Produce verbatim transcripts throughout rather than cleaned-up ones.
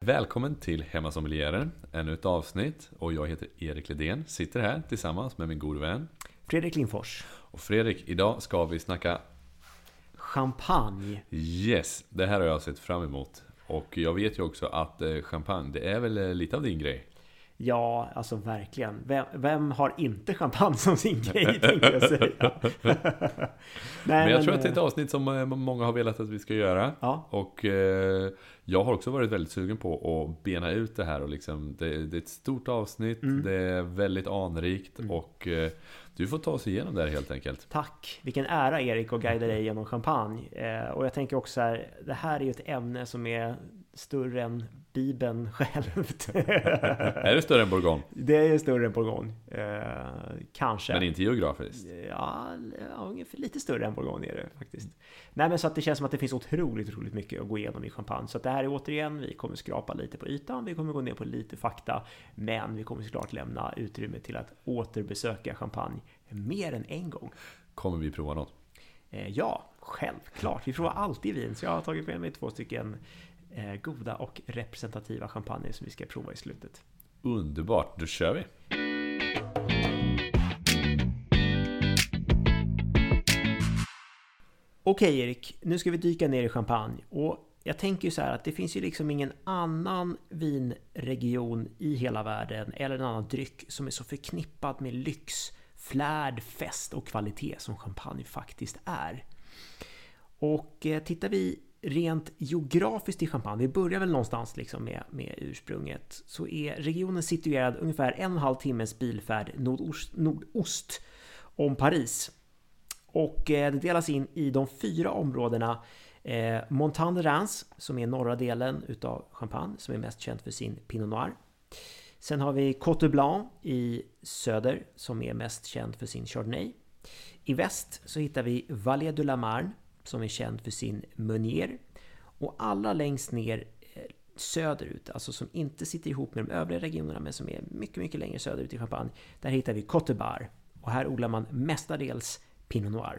Välkommen till Hemmasommelieren, ännu ett avsnitt. Och jag heter Erik Ledén, sitter här tillsammans med min gode vän Fredrik Lindfors. Och Fredrik, idag ska vi snacka champagne. Yes, det här har jag sett fram emot. Och jag vet ju också att champagne, det är väl lite av din grej. Ja, alltså verkligen. Vem, vem har inte champagne som sin grej, tänkte jag säga. Nej, men jag tror att det är ett avsnitt som många har velat att vi ska göra. Ja. Och eh, jag har också varit väldigt sugen på att bena ut det här. Och liksom, det, det är ett stort avsnitt, mm. det är väldigt anrikt. Mm. Och eh, du får ta oss igenom det här helt enkelt. Tack, vilken ära Erik att guida dig genom champagne. eh, Och jag tänker också här, det här är ju ett ämne som är större än Bibeln självt. Är det större än Bourgogne? Det är större än Bourgogne, eh, kanske. Men inte geografiskt? Ja, ja, ungefär lite större än Bourgogne är det faktiskt. Nej, men så att det känns som att det finns otroligt, otroligt mycket att gå igenom i champagne. Så att det här är återigen, vi kommer skrapa lite på ytan, vi kommer gå ner på lite fakta, men vi kommer såklart lämna utrymme till att återbesöka champagne mer än en gång. Kommer vi prova något? Eh, ja, självklart. Vi provar alltid vin, så jag har tagit med mig två stycken eh, goda och representativa champagne som vi ska prova i slutet. Underbart, då kör vi! Okej Erik, nu ska vi dyka ner i champagne. Och jag tänker ju så här att det finns ju liksom ingen annan vinregion i hela världen eller en annan dryck som är så förknippad med lyx, flärd, fest och kvalitet som champagne faktiskt är. Och eh, tittar vi rent geografiskt i champagne, vi börjar väl någonstans liksom med, med ursprunget, så är regionen situerad ungefär en och en halv timmes bilfärd nordost, nordost om Paris. Och eh, det delas in i de fyra områdena eh, Montagne de Reims, som är norra delen utav Champagne, som är mest känd för sin Pinot Noir. Sen har vi Côte Blanc i söder, som är mest känd för sin Chardonnay. I väst så hittar vi Vallée de la Marne, som är känd för sin Meunier. Och allra längst ner eh, söderut, alltså som inte sitter ihop med de övriga regionerna, men som är mycket, mycket längre söderut i Champagne, där hittar vi Côte Bar. Och här odlar man mestadels Pinot Noir.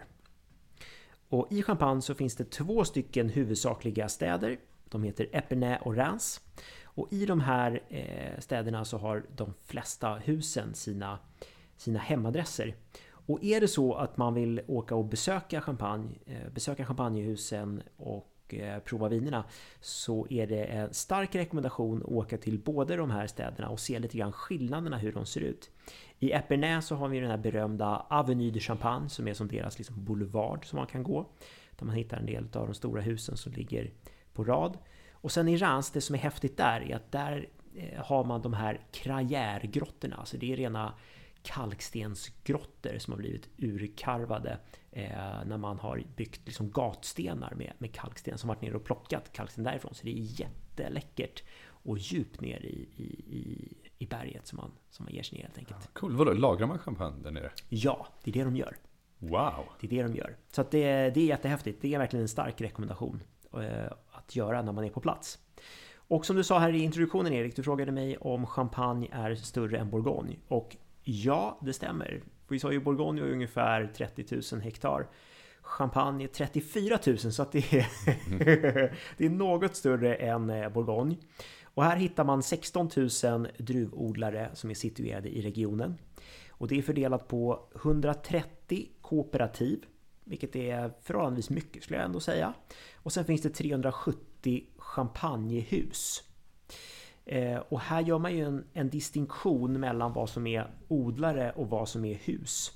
Och i Champagne så finns det två stycken huvudsakliga städer. De heter Épernay och Reims. Och i de här eh, städerna så har de flesta husen sina, sina hemadresser. Och är det så att man vill åka och besöka Champagne, eh, besöka champagnehusen och eh, prova vinerna, så är det en stark rekommendation att åka till båda de här städerna och se lite grann skillnaderna hur de ser ut. I Épernay så har vi den här berömda Avenue de Champagne, som är som deras liksom boulevard som man kan gå, där man hittar en del av de stora husen som ligger på rad. Och sen i Reims, det som är häftigt där är att där eh, har man de här krajärgrottorna, alltså det är rena kalkstensgrottor som har blivit urkarvade eh, när man har byggt liksom gatstenar med, med kalksten, som varit ner och plockat kalksten därifrån. Så det är jätteläckert och djupt ner i, i, i, i berget som man, som man ger sig ner helt enkelt. Ja, cool. Vadå, lagrar man champagne där nere? Ja, det är det de gör. Wow! Det är det de gör. Så att det, det är jättehäftigt. Det är verkligen en stark rekommendation eh, att göra när man är på plats. Och som du sa här i introduktionen Erik, du frågade mig om champagne är större än Bourgogne. Och ja, det stämmer. Vi sa ju Bourgogne är ungefär trettio tusen hektar. Champagne är trettiofyra tusen, så att det är, det är något större än Bourgogne. Och här hittar man sexton tusen druvodlare som är situerade i regionen. Och det är fördelat på hundratrettio kooperativ, vilket är förhållandevis mycket skulle jag ändå säga. Och sen finns det trehundrasjuttio champagnehus. Eh, och här gör man ju en, en distinktion mellan vad som är odlare och vad som är hus.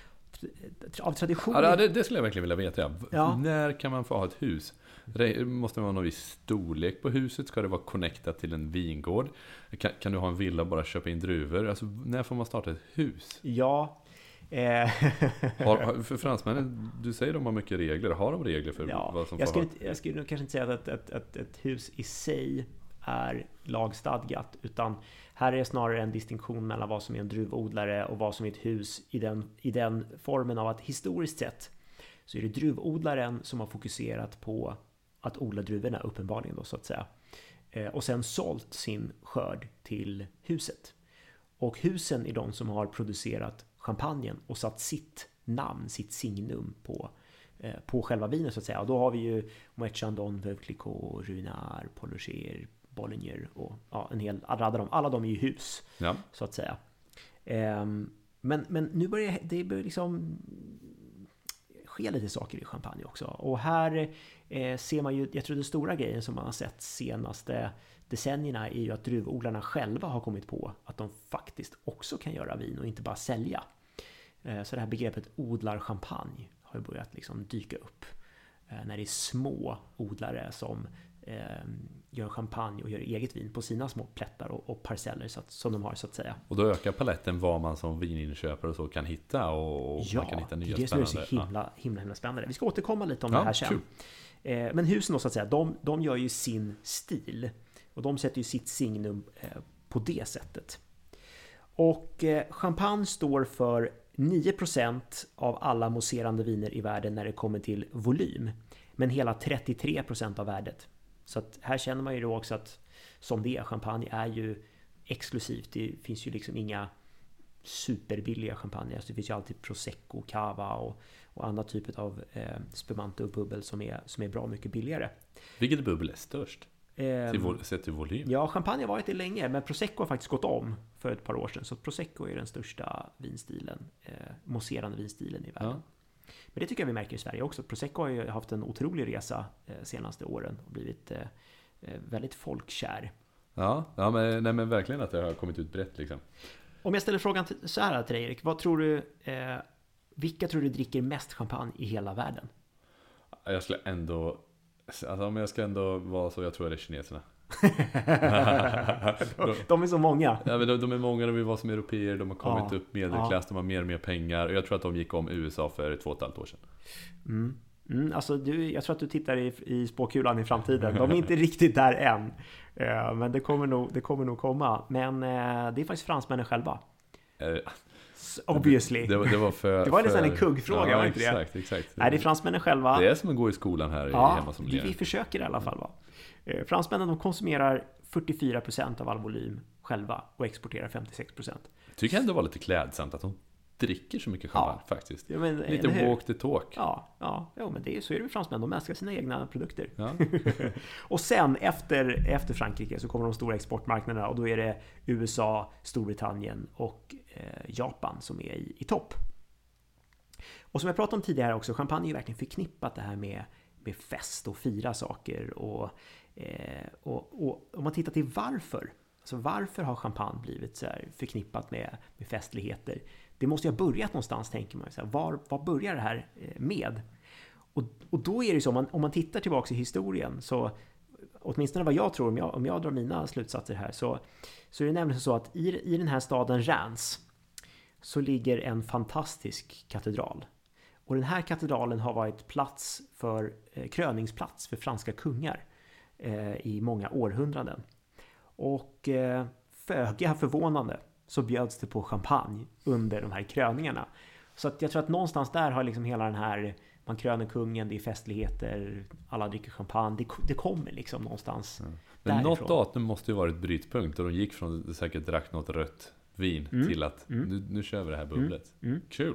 Av tradition... Ja, det, det skulle jag verkligen vilja veta. Ja. Ja. När kan man få ha ett hus? Det måste vara någon viss storlek på huset? Ska det vara connectat till en vingård? Kan, kan du ha en villa och bara köpa in druvor? Alltså, när får man starta ett hus? Ja. Eh. har, för fransmännen, du säger de har mycket regler. Har de regler för ja. vad som jag får skulle, ha? Jag skulle nog kanske inte säga att ett, ett, ett hus i sig är lagstadgat, utan här är det snarare en distinktion mellan vad som är en druvodlare och vad som är ett hus, i den, i den formen av att historiskt sett så är det druvodlaren som har fokuserat på att odla druvorna, uppenbarligen då så att säga, och sen sålt sin skörd till huset. Och husen är de som har producerat champagnen och satt sitt namn, sitt signum på på själva vinet så att säga. Och då har vi ju Moët Chandon, Veuve Clicquot, Ruinart, Paul Roger, Bollinger och ja, en hel alla de, alla de är ju hus, ja. så att säga. Um, men, men nu börjar det börjar liksom ske lite saker i Champagne också. Och här eh, ser man ju, jag tror den stora grejen som man har sett senaste decennierna är ju att druvodlarna själva har kommit på att de faktiskt också kan göra vin och inte bara sälja. Eh, så det här begreppet odlarchampagne har ju börjat liksom dyka upp. Eh, när det är små odlare som eh, gör champagne och gör eget vin på sina små plättar och, och parceller så att, som de har, så att säga. Och då ökar paletten vad man som vininköpare och så kan hitta, och ja, man kan hitta nya det är det spännande. som är så himla, himla, himla spännande. Vi ska återkomma lite om ja, det här sen. Eh, men husen då, så att säga, de, de gör ju sin stil och de sätter ju sitt signum eh, på det sättet. Och eh, champagne står för nio procent av alla mousserande viner i världen när det kommer till volym, men hela trettiotre procent av värdet. Så att här känner man ju då också att som det är, champagne är ju exklusivt. Det finns ju liksom inga superbilliga champagne. Alltså det finns ju alltid prosecco, cava och, och andra typer av eh, spumante och bubbel som är, som är bra mycket billigare. Vilket bubbel är störst? Eh, till vol- sett till volym? Ja, champagne har varit det länge, men prosecco har faktiskt gått om för ett par år sedan. Så prosecco är den största vinstilen, eh, mousserande vinstilen i världen. Ja. Men det tycker jag vi märker i Sverige också. Prosecco har ju haft en otrolig resa eh, senaste åren och blivit eh, väldigt folkkär. Ja, ja men, nej, men verkligen att det har kommit ut brett liksom. Om jag ställer frågan till, så här till dig, Erik. Vad tror du, eh, vilka tror du dricker mest champagne i hela världen? Jag skulle ändå, alltså om jag ska ändå vara så, jag tror det är kineserna. de, de är så många. Ja, men de, de är många, de vill vara som europeer, de har kommit ja, upp medelklass, ja. De har mer och mer pengar. Och jag tror att de gick om U S A för två och ett halvt år sedan. Mm. Mm, alltså du, jag tror att du tittar i, i spåkulan i framtiden. De är inte riktigt där än. Uh, men det kommer, nog, det kommer nog komma. Men uh, det är faktiskt fransmännen själva. Uh, Obviously. Det, det, det var för... Det var för... en kuggfråga, ja, var inte exakt, det? Exakt. Nej, det är fransmännen själva. Det är som att gå i skolan här ja, hemma som vi, vi försöker i alla fall. Va? Uh, fransmännen de konsumerar fyrtiofyra procent av all volym själva och exporterar femtiosex procent. Tycker jag ändå var lite klädsamt att de dricker så mycket champagne, ja, faktiskt. Ja, men, lite walk the talk. Ja, ja, ja men det är, så är det med fransmän. De älskar sina egna produkter. Ja. Och sen efter, efter Frankrike så kommer de stora exportmarknaderna och då är det U S A, Storbritannien och eh, Japan som är i, i topp. Och som jag pratade om tidigare också, champagne är verkligen förknippat det här med, med fest och fira saker. Och, eh, och, och om man tittar till varför, alltså varför har champagne blivit så här förknippat med, med festligheter? Det måste ju ha börjat någonstans, tänker man. Så här, var, var börjar det här med? Och, och då är det så, om man, om man tittar tillbaka i historien, så åtminstone vad jag tror, om jag, om jag drar mina slutsatser här, så, så är det nämligen så att i, i den här staden Reims så ligger en fantastisk katedral. Och den här katedralen har varit plats för, eh, kröningsplats för franska kungar eh, i många århundraden. Och eh, föga förvånande så bjöds det på champagne under de här kröningarna. Så att jag tror att någonstans där har liksom hela den här, man kröner kungen, det är festligheter, alla dricker champagne, det, det kommer liksom någonstans mm. Men därifrån. Något datum måste ju vara ett brytpunkt och de gick från säkert drack något rött vin mm. till att mm. nu, nu kör vi det här bubblet. Mm. Mm. Kul!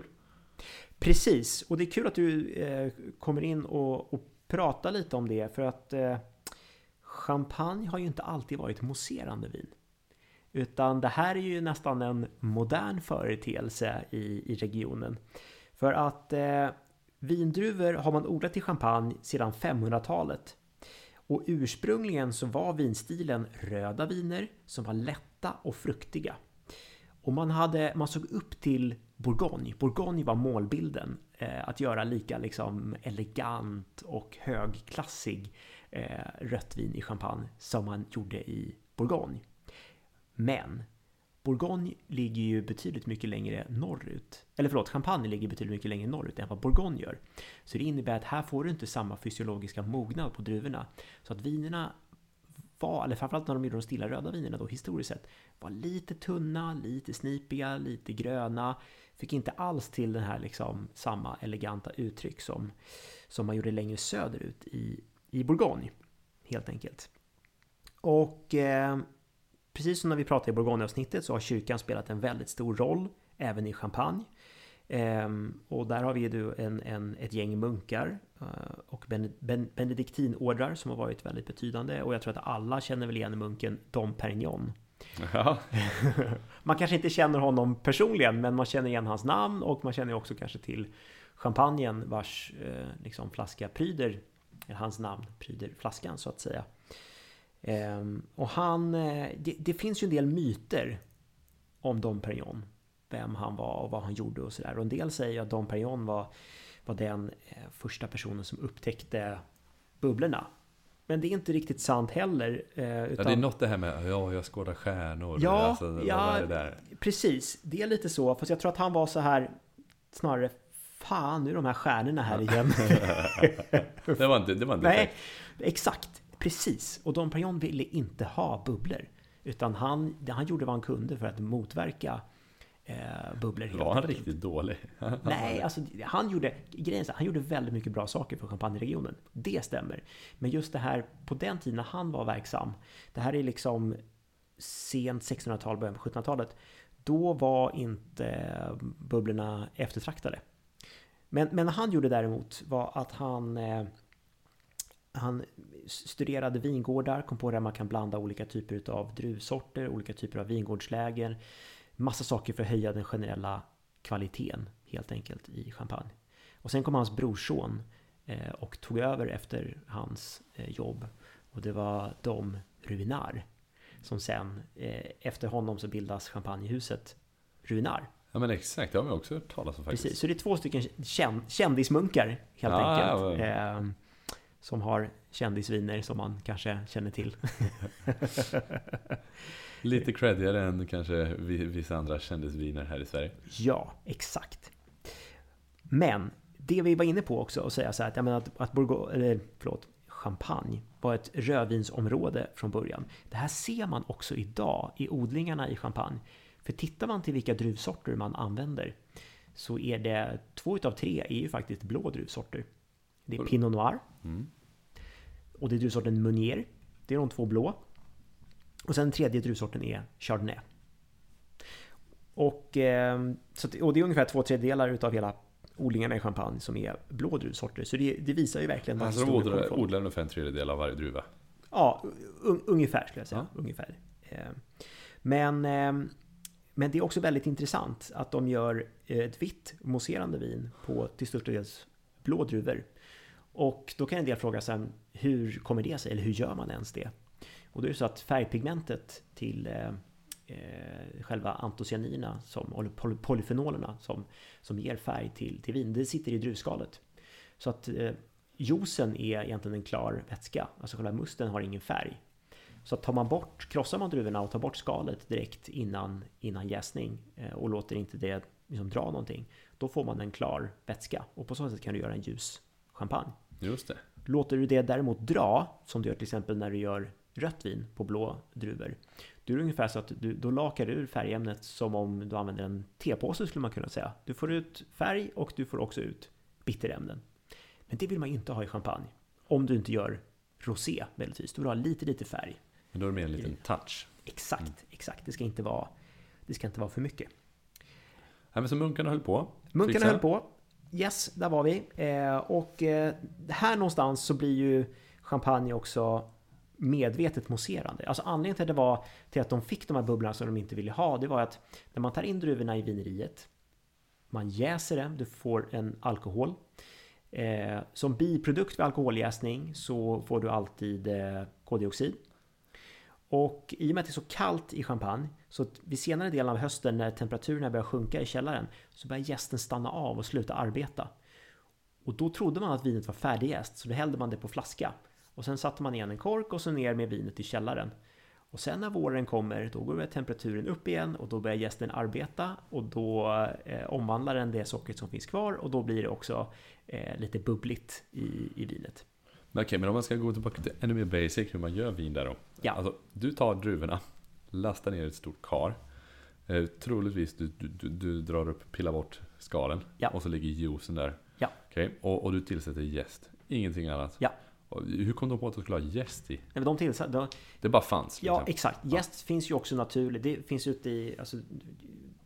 Precis, och det är kul att du eh, kommer in och, och pratar lite om det, för att eh, champagne har ju inte alltid varit mousserande vin. Utan det här är ju nästan en modern företeelse i, i regionen. För att eh, vindruvor har man odlat i champagne sedan femhundratalet. Och ursprungligen så var vinstilen röda viner som var lätta och fruktiga. Och man, hade, man såg upp till Bourgogne. Bourgogne var målbilden. Eh, att göra lika liksom, elegant och högklassig eh, rött vin i champagne som man gjorde i Bourgogne. Men Bourgogne ligger ju betydligt mycket längre norrut. Eller förlåt, Champagne ligger betydligt mycket längre norrut än vad Bourgogne gör. Så det innebär att här får du inte samma fysiologiska mognad på druvorna. Så att vinerna var, eller framförallt när de gjorde de stilla röda vinerna då historiskt sett, var lite tunna, lite snipiga, lite gröna. Fick inte alls till den här liksom samma eleganta uttryck som, som man gjorde längre söderut i, i Bourgogne. Helt enkelt. Och eh, precis som när vi pratade i Bourgogne-avsnittet så har kyrkan spelat en väldigt stor roll även i champagne. Ehm, och där har vi ju en, en, ett gäng munkar uh, och ben, ben, benediktinordrar som har varit väldigt betydande. Och jag tror att alla känner väl igen munken Dom Perignon. Ja. Man kanske inte känner honom personligen, men man känner igen hans namn och man känner också kanske till champagnen vars eh, liksom flaska pryder, eller hans namn pryder flaskan så att säga. Ehm, och han, eh, det, det finns ju en del myter om Dom Perignon, vem han var och vad han gjorde och sådär. Och en del säger att Dom Perignon var, var den eh, första personen som upptäckte bubblorna. Men det är inte riktigt sant heller. Eh, utan... Ja, det är något det här med, ja, jag skådar stjärnor. Ja, alltså, ja det där? Precis. Det är lite så. Fast jag tror att han var så här, snarare, fan, nu är de här stjärnorna här igen. det var inte, det var inte Nej, exakt. Precis. Och Dom Perignon ville inte ha bubblor. Utan han, han gjorde vad han kunde för att motverka eh, bubblor. Var han riktigt dålig? Nej, alltså han gjorde, grejen, han gjorde väldigt mycket bra saker för champagneregionen. Det stämmer. Men just det här, på den tiden när han var verksam, det här är liksom sent sextonhundratal, början på sjuttonhundratalet, då var inte bubblorna eftertraktade. Men, men han gjorde däremot var att han, eh, han studerade vingårdar, kom på där man kan blanda olika typer av druvsorter, olika typer av vingårdsläger, massa saker för att höja den generella kvaliteten helt enkelt i champagne. Och sen kom hans brorson eh, och tog över efter hans eh, jobb, och det var Dom Ruinart som sen, eh, efter honom så bildas champagnehuset Ruinart. Ja, men exakt, det har vi också hört talas om faktiskt. Precis, så det är två stycken kändismunkar helt ja, enkelt. Ja, eh, som har kändisviner som man kanske känner till. Lite creddigare än kanske vissa andra kändisviner här i Sverige. Ja, exakt. Men det vi var inne på också, att säga så här, att, jag menar att, att Bourgogne, eller, förlåt, Champagne var ett rödvinsområde från början. Det här ser man också idag i odlingarna i Champagne. För tittar man till vilka druvsorter man använder, så är det två utav tre är ju faktiskt blå druvsorter. Det är Pinot Noir. Mm. Och det är druvsorten Meunier. Det är de två blå. Och sen den tredje druvsorten är Chardonnay. Och, eh, så att, och det är ungefär två tredjedelar utav hela odlingarna i Champagne som är blå druvsorter. Så det, det visar ju verkligen... Alltså de odlar, odlar ungefär en tredjedel av varje druva? Ja, un, ungefär skulle jag säga. Ja. Ungefär. Eh, men, eh, men det är också väldigt intressant att de gör ett vitt mousserande vin på till största dels blå druvor. Och då kan en del fråga sig, hur kommer det sig? Eller hur gör man ens det? Och då är det så att färgpigmentet till eh, eh, själva antocianinerna, som, poly, polyfenolerna som, som ger färg till, till vin, det sitter i druvskalet. Så att eh, juicen är egentligen en klar vätska. Alltså själva musten har ingen färg. Så att tar man bort, krossar man druvorna och tar bort skalet direkt innan, innan jäsning eh, och låter inte det liksom dra någonting, då får man en klar vätska. Och på så sätt kan du göra en ljus champagne. Just det. Låter du det däremot dra, som du gör till exempel när du gör rött vin på blå druvor, då är det ungefär så att du, då lakar du ur färgämnet som om du använder en tepåse, skulle man kunna säga. Du får ut färg och du får också ut bitterämnen. Men det vill man inte ha i champagne. Om du inte gör rosé väldigt. Du vill ha lite, lite färg. Men då är det mer en liten touch. Exakt, mm. exakt. Det ska inte vara, det ska inte vara för mycket. Ja, men så munkarna höll på. Munkarna Fixa. höll på. Yes, där var vi. Eh, och eh, här någonstans så blir ju champagne också medvetet mousserande. Alltså anledningen till att det var till att de fick de här bubblorna som de inte ville ha, det var att när man tar in druvorna i vineriet, man jäser det, du får en alkohol. Eh, som biprodukt vid alkoholjäsning så får du alltid eh, koldioxid. Och i och med att det är så kallt i champagne, så att vid senare delen av hösten när temperaturerna börjar sjunka i källaren, så börjar jästen stanna av och sluta arbeta. Och då trodde man att vinet var färdigjäst, så då hällde man det på flaska. Och sen satte man igen en kork och så ner med vinet i källaren. Och sen när våren kommer, då går temperaturen upp igen och då börjar jästen arbeta. Och då eh, omvandlar den det sockret som finns kvar, och då blir det också eh, lite bubbligt i, i vinet. Okej, okay, men om man ska gå tillbaka till ännu mer basic hur man gör vin där då. Ja. Alltså, du tar druvorna, lastar ner ett stort kar. Eh, troligtvis du, du, du, du drar upp, pillar bort skalen. Ja. Och så ligger juicen där. Ja. Okay. Och, och du tillsätter jäst. Ingenting annat. Ja. Och hur kom de på att du skulle ha jäst i? Nej, de tillsatt, de, det bara fanns. Ja, liksom. exakt. Jäst ja. finns ju också naturligt. Det finns ute i... Alltså,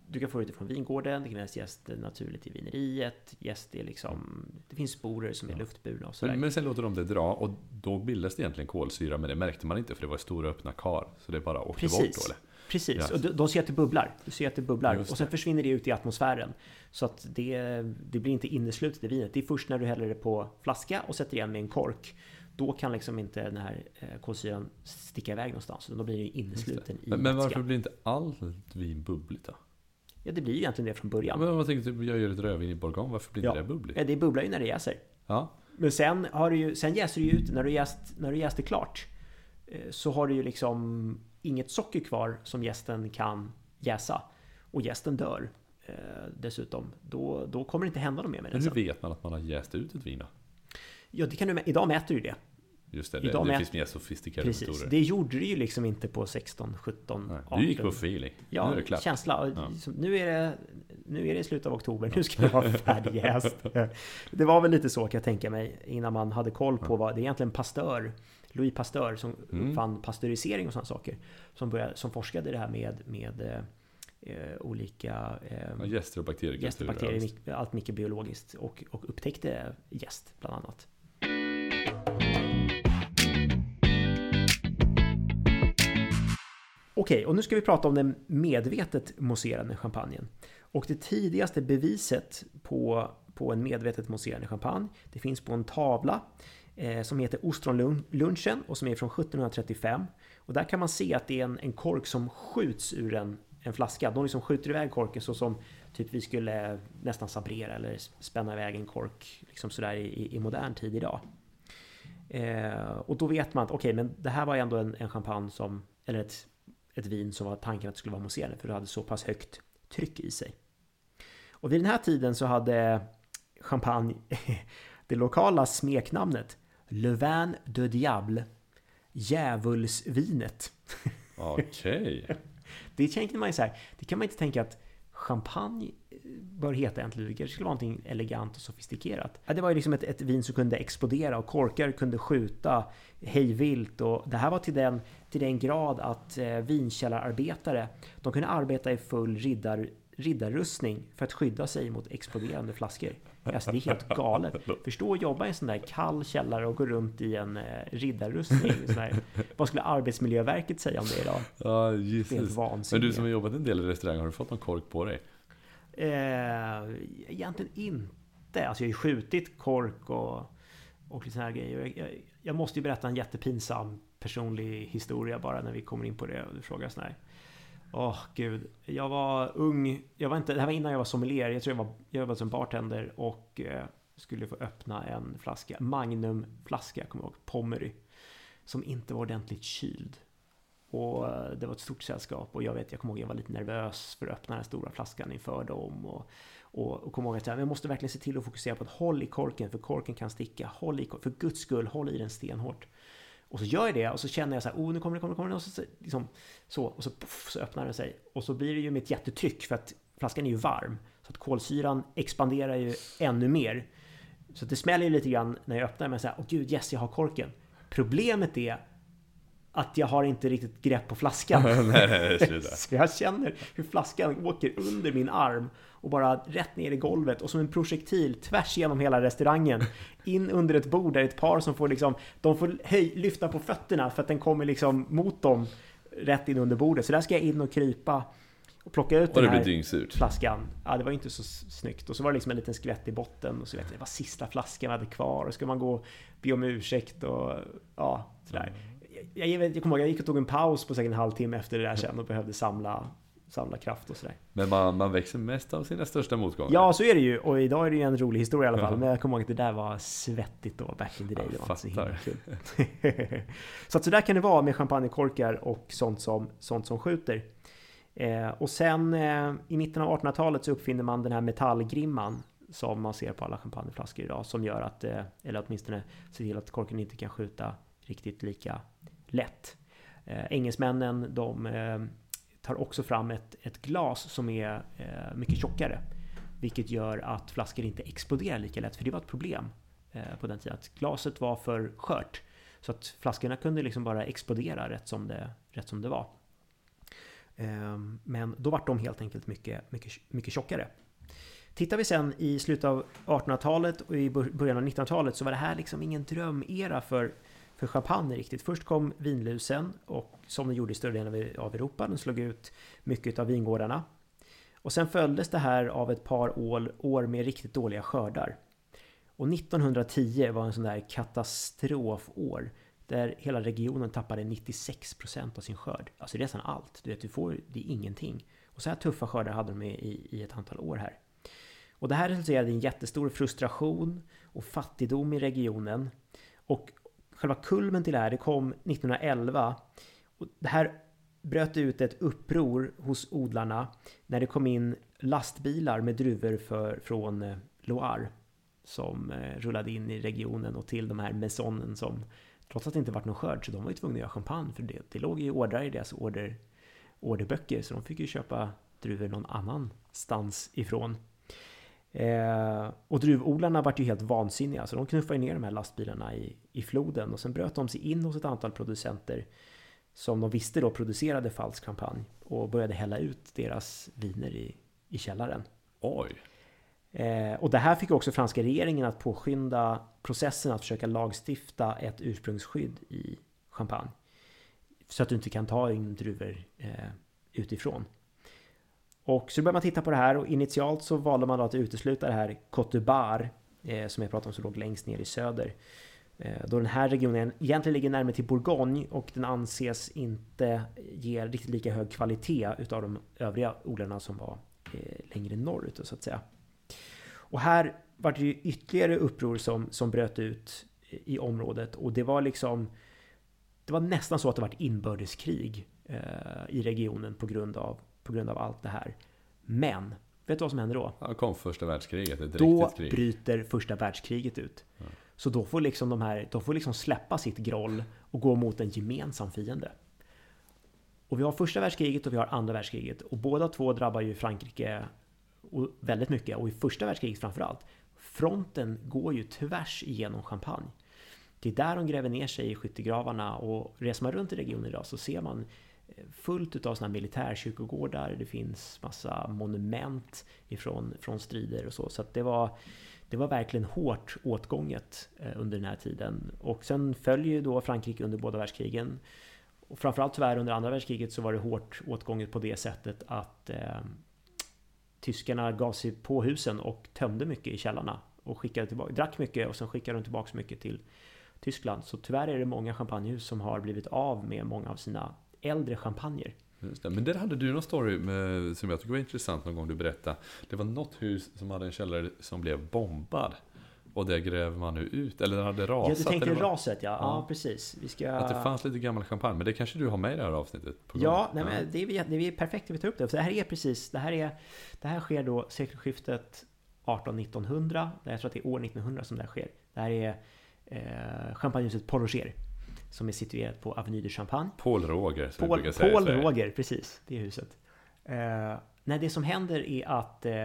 du kan få det från vingården, det kan finnas jäst naturligt i vineriet, jäst är liksom, det finns sporer som är ja. luftburna och sådär. Men, men sen låter de det dra och då bildas det egentligen kolsyra, men det märkte man inte för det var stora öppna kar, så det bara åkte Precis. bort då, eller? Precis, yes. och då, då ser jag att det bubblar. Du ser att det bubblar Just och sen det. försvinner det ut i atmosfären. Så att det, det blir inte inneslutet i vinet. Det är först när du häller det på flaska och sätter igen med en kork. Då kan liksom inte den här kolsyran sticka iväg någonstans. Då blir det innesluten i Men, men varför vätskan. blir inte allt vin bubbligt då? Ja, det blir ju egentligen det från början. Men vad tänkte du, jag gör ett rödvin i bourgogne, varför blir ja. inte det bubbligt? Ja, det bubblar ju när det jäser. Ja. Men sen, har du ju, sen jäser du ju ut, när du jäst, när du jäst är klart, så har du ju liksom inget socker kvar som jästen kan jäsa. Och jästen dör eh, dessutom. Då, då kommer det inte hända något mer med den. Men hur vet man att man har jäst ut ett vin då? Ja, det kan du, idag mäter du det. Just det, det, Idag det mät... finns mer sofistikerade Precis, metoder. det gjorde du ju liksom inte på sexton, sjutton, arton. Du gick på feeling. Ja, nu är det klart. Känsla. Ja. Nu är det nu är det slut av oktober. Nu ska det vara färdigjäst. Det var väl lite så kan jag tänka mig innan man hade koll på vad det är egentligen Pasteur, Louis Pasteur som mm. fann pasteurisering och sådana saker som började, som forskade det här med med eh, olika eh, ja, jäster och bakterier, jäster, bakterier allt. allt mikrobiologiskt och och upptäckte jäst bland annat. Okej, och nu ska vi prata om den medvetet mousserande champagnen. Och det tidigaste beviset på, på en medvetet mousserande champagne, det finns på en tavla eh, som heter Ostronlunchen och som är från sjuttonhundratrettiofem. Och där kan man se att det är en, en kork som skjuts ur en, en flaska. De liksom skjuter iväg korken så som typ vi skulle nästan sabrera eller spänna iväg en kork liksom sådär i, i modern tid idag. Eh, och då vet man att okej, okay, men det här var ändå en, en champagne som, eller ett ett vin som var tanken att det skulle vara mousserande för det hade så pass högt tryck i sig. Och vid den här tiden så hade champagne det lokala smeknamnet Le Vin de Diable, djävulsvinet. Okej. Okay. Det tänkte man ju så här, det kan man inte tänka att champagne bör heta egentligen, det skulle vara någonting elegant och sofistikerat. Ja, det var ju liksom ett, ett vin som kunde explodera och korkar kunde skjuta hejvilt och det här var till den, till den grad att eh, vinkällararbetare, de kunde arbeta i full riddar, riddarrustning för att skydda sig mot exploderande flaskor. Alltså det är helt galet. Förstå att jobba i en sån där kall källare och gå runt i en eh, riddarrustning. Sån där. Vad skulle Arbetsmiljöverket säga om det idag? Ja, Jesus. Men du som har jobbat en del i restaurang, har du fått någon kork på dig? Eh, egentligen inte. Alltså jag har ju skjutit kork och, och lite såna här grejer. Jag, jag, jag måste ju berätta en jättepinsam personlig historia bara när vi kommer in på det och du frågar sån här. Åh oh, gud, jag var ung, jag var inte, det här var innan jag var sommelier, jag tror jag var, jag var som bartender och eh, skulle få öppna en flaska, Magnum-flaska, jag kommer ihåg, Pommery, som inte var ordentligt kyld. Och eh, det var ett stort sällskap och jag vet, jag kommer ihåg jag var lite nervös för att öppna den stora flaskan inför dem och, och, och kommer ihåg att jag måste verkligen se till att fokusera på att håll i korken, för korken kan sticka, håll i korken, för guds skull, håll i den stenhårt. Och så gör jag det och så känner jag så här, oh nu kommer det, kommer det, kommer det och så, liksom, så, och så, puff, så öppnar den sig och så blir det ju med ett jättetryck för att flaskan är ju varm så att kolsyran expanderar ju ännu mer så att det smäller ju lite grann när jag öppnar men så här, åh gud yes jag har korken. Problemet är att jag har inte riktigt grepp på flaskan. nej, nej, sluta. Så jag känner hur flaskan åker under min arm och bara rätt ner i golvet och som en projektil tvärs genom hela restaurangen in under ett bord där ett par som får liksom, de får höj, lyfta på fötterna för att den kommer liksom mot dem rätt in under bordet. Så där ska jag in och krypa och plocka ut och den här flaskan. Ja, det var inte så snyggt. Och så var det liksom en liten skvätt i botten och så vet jag, det var sista flaskan jag hade kvar och ska man gå och be om ursäkt och ja, sådär. Jag, jag, jag kommer ihåg, jag gick och tog en paus på säkert en halvtimme efter det där sen och behövde samla, samla kraft och sådär. Men man, man växer mest av sina största motgångar. Ja, så är det ju. Och idag är det ju en rolig historia i alla fall. Mm. Men jag kommer ihåg att det där var svettigt då, back in the day. Jag det var så himla kul. Så att så där kan det vara med champagnekorkar och sånt som, sånt som skjuter. Eh, och sen eh, i mitten av artonhundratalet så uppfinner man den här metallgrimman som man ser på alla champagneflaskor idag. Som gör att, eh, eller åtminstone ser till att korken inte kan skjuta riktigt lika lätt. Eh, engelsmännen de eh, tar också fram ett, ett glas som är eh, mycket tjockare, vilket gör att flaskor inte exploderar lika lätt, för det var ett problem eh, på den tiden att glaset var för skört så att flaskorna kunde liksom bara explodera rätt som det, rätt som det var. Men då var de helt enkelt mycket, mycket, mycket tjockare. Tittar vi sen i slutet av artonhundratalet och i början av nittonhundratalet så var det här liksom ingen drömera för, för champagne riktigt. Först kom vinlusen, och som den gjorde i större delen av Europa. Den slog ut mycket av vingårdarna. Och sen följdes det här av ett par år, år med riktigt dåliga skördar. Och nittonhundratio var en sån där katastrofår där hela regionen tappade nittiosex procent av sin skörd. Alltså det är nästan allt. Du vet, du får, det är ingenting. Och så här tuffa skördar hade de i, i ett antal år här. Och det här resulterade i en jättestor frustration och fattigdom i regionen. Och själva kulmen till det här, det kom nittonhundraelva. Och det här bröt ut ett uppror hos odlarna när det kom in lastbilar med druvor för, från Loire som rullade in i regionen och till de här maisonen som, trots att det inte varit någon skörd, så de var ju tvungna att göra champagne för det. Det låg ju ordrar i deras order, orderböcker, så de fick ju köpa druvor någon annanstans ifrån. Eh, och druvodlarna var ju helt vansinniga, så de knuffade ner de här lastbilarna i, i floden, och sen bröt de sig in hos ett antal producenter som de visste då producerade falsk champagne och började hälla ut deras viner i, i källaren. Oj! Eh, och det här fick också franska regeringen att påskynda processen att försöka lagstifta ett ursprungsskydd i champagne. Så att du inte kan ta in druvor eh, utifrån. Och så började man titta på det här, och initialt så valde man då att utesluta det här Côte de Bar, eh, som jag pratade om, som låg längst ner i söder. Eh, då den här regionen egentligen ligger närmare till Bourgogne, och den anses inte ge riktigt lika hög kvalitet utav de övriga odlarna som var eh, längre norrut så att säga. Och här var det ju ytterligare uppror som, som bröt ut i området, och det var liksom det var nästan så att det var ett inbördeskrig eh, i regionen på grund av på grund av allt det här. Men vet du vad som händer då? Ja, kom första världskriget, ett då riktigt krig. Bryter första världskriget ut. Ja. Så då får liksom de här de får liksom släppa sitt groll och gå mot en gemensam fiende. Och vi har första världskriget och vi har andra världskriget, och båda två drabbar ju Frankrike och väldigt mycket, och i första världskriget framförallt. Fronten går ju tvärs igenom Champagne. Det är där de gräver ner sig i skyttegravarna, och reser man runt i regionen idag så ser man fullt utav såna militärkyrkogårdar. Det finns massa monument ifrån från strider och så. Så att det var det var verkligen hårt åtgånget under den här tiden. Och sen följer ju då Frankrike under båda världskrigen. Och framförallt tyvärr under andra världskriget så var det hårt åtgånget på det sättet att eh, tyskarna gav sig på husen och tömde mycket i källarna och skickade tillbaka, drack mycket och sen skickade de tillbaka mycket till Tyskland. Så tyvärr är det många champagnehus som har blivit av med många av sina äldre champagner. Just det. Men där hade du någon story med, som jag tycker var intressant någon gång du berättade. Det var något hus som hade en källare som blev bombad. Och det gräver man nu ut. Eller det hade rasat. Ja, du tänkte var... raset, ja. Ja, ja, precis. Vi ska... Att det fanns lite gammal champagne. Men det kanske du har med i det här avsnittet. På ja, nej, men det, är, det är perfekt att vi tar upp det. För det här är precis, det här, är, det här sker då sekelskiftet arton nittonhundra. Jag tror att det är år nittonhundra som det här sker. Det här är eh, champagnehuset Paul Roger, som är situerat på Avenue de Champagne. Paul Roger, som Paul, brukar säga. Paul Roger, precis. Det är huset. Eh, nej, det som händer är att eh,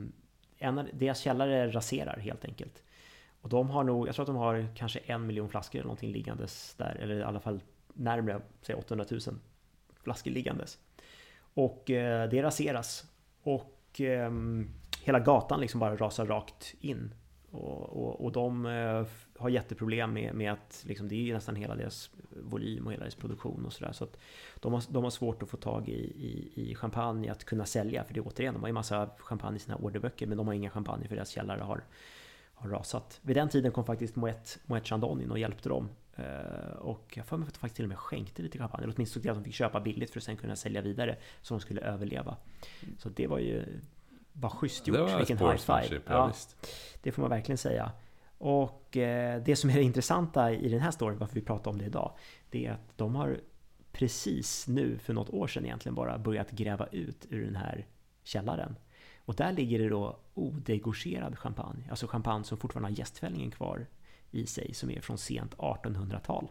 en av deras källare raserar helt enkelt. Och de har nog, jag tror att de har kanske en miljon flaskor eller någonting liggandes där. Eller i alla fall närmare, säg åttahundratusen flaskor liggandes. Och eh, det raseras. Och eh, hela gatan liksom bara rasar rakt in. Och, och, och de eh, har jätteproblem med, med att liksom, det är ju nästan hela deras volym och hela deras produktion och sådär. Så att de har, de har svårt att få tag i, i, i champagne att kunna sälja. För det är återigen, de har ju massa champagne i sina orderböcker, men de har inga champagne för deras källare har, har rasat. Vid den tiden kom faktiskt Moet, Moet Chandon in och hjälpte dem. Uh, och jag får mig att de faktiskt till och med skänkte lite champagne. Eller åtminstone att de fick köpa billigt för att sen kunna sälja vidare så de skulle överleva. Så det var ju var schysst gjort. Vilken high five. Ja, det får man verkligen säga. Och eh, det som är det intressanta i den här storyn, varför vi pratar om det idag, det är att de har precis nu för något år sedan egentligen bara börjat gräva ut ur den här källaren. Och där ligger det då odegorgerad champagne, alltså champagne som fortfarande har jästfällningen kvar i sig, som är från sent artonhundratal.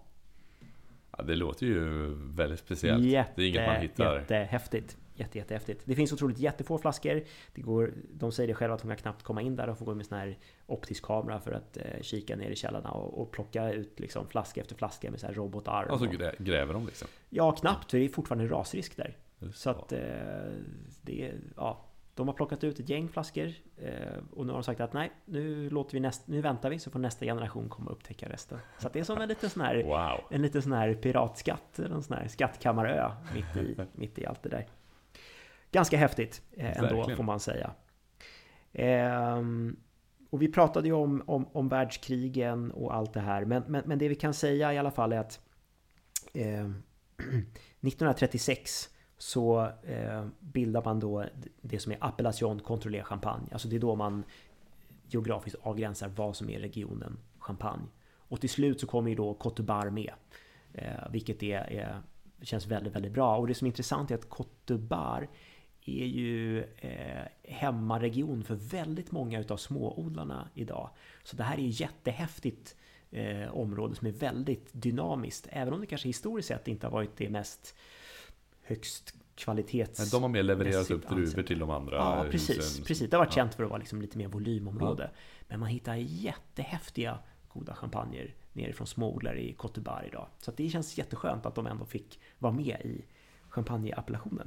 Ja, det låter ju väldigt speciellt. Jätte, det är inget man hittar. Jättehäftigt. Jätte, jättehäftigt. Det finns otroligt jättefå flaskor. Det går, de säger det själva att de kan knappt komma in där och får gå med sån här optisk kamera för att eh, kika ner i källarna och, och plocka ut liksom flaska efter flaska med så här robotarm. Och så grä, gräver de liksom? Ja, knappt. För det är fortfarande rasrisk där. Så att eh, det är, ja, de har plockat ut ett gäng flaskor eh, och nu har de sagt att nej, nu låter vi näst, nu väntar vi så får nästa generation komma och upptäcka resten. Så att det är som en liten sån här, wow. en liten sån här piratskatt, en sån här skattkammarö mitt i, mitt i allt det där. Ganska häftigt eh, ändå. Verkligen. Får man säga. Eh, och vi pratade ju om, om, om världskrigen och allt det här, men, men, men det vi kan säga i alla fall är att eh, nittonhundratrettiosex så eh, bildar man då det som är Appellation Contrôlée Champagne. Alltså det är då man geografiskt avgränsar vad som är regionen Champagne. Och till slut så kommer ju då Côte de Bar med. Eh, vilket är, är, känns väldigt, väldigt bra. Och det som är intressant är att Côte de Bar är ju eh, hemmaregion för väldigt många utav småodlarna idag. Så det här är ju jättehäftigt eh, område som är väldigt dynamiskt. Även om det kanske historiskt sett inte har varit det mest högst kvalitets... Men de har mer levererat upp druvor till de andra. Ja, precis. Husen. precis. Det har varit ja. känt för att vara liksom lite mer volymområde. Ja. Men man hittar jättehäftiga goda champagner nerifrån småodlare i Côte de Bar idag. Så att det känns jätteskönt att de ändå fick vara med i champagneappellationen.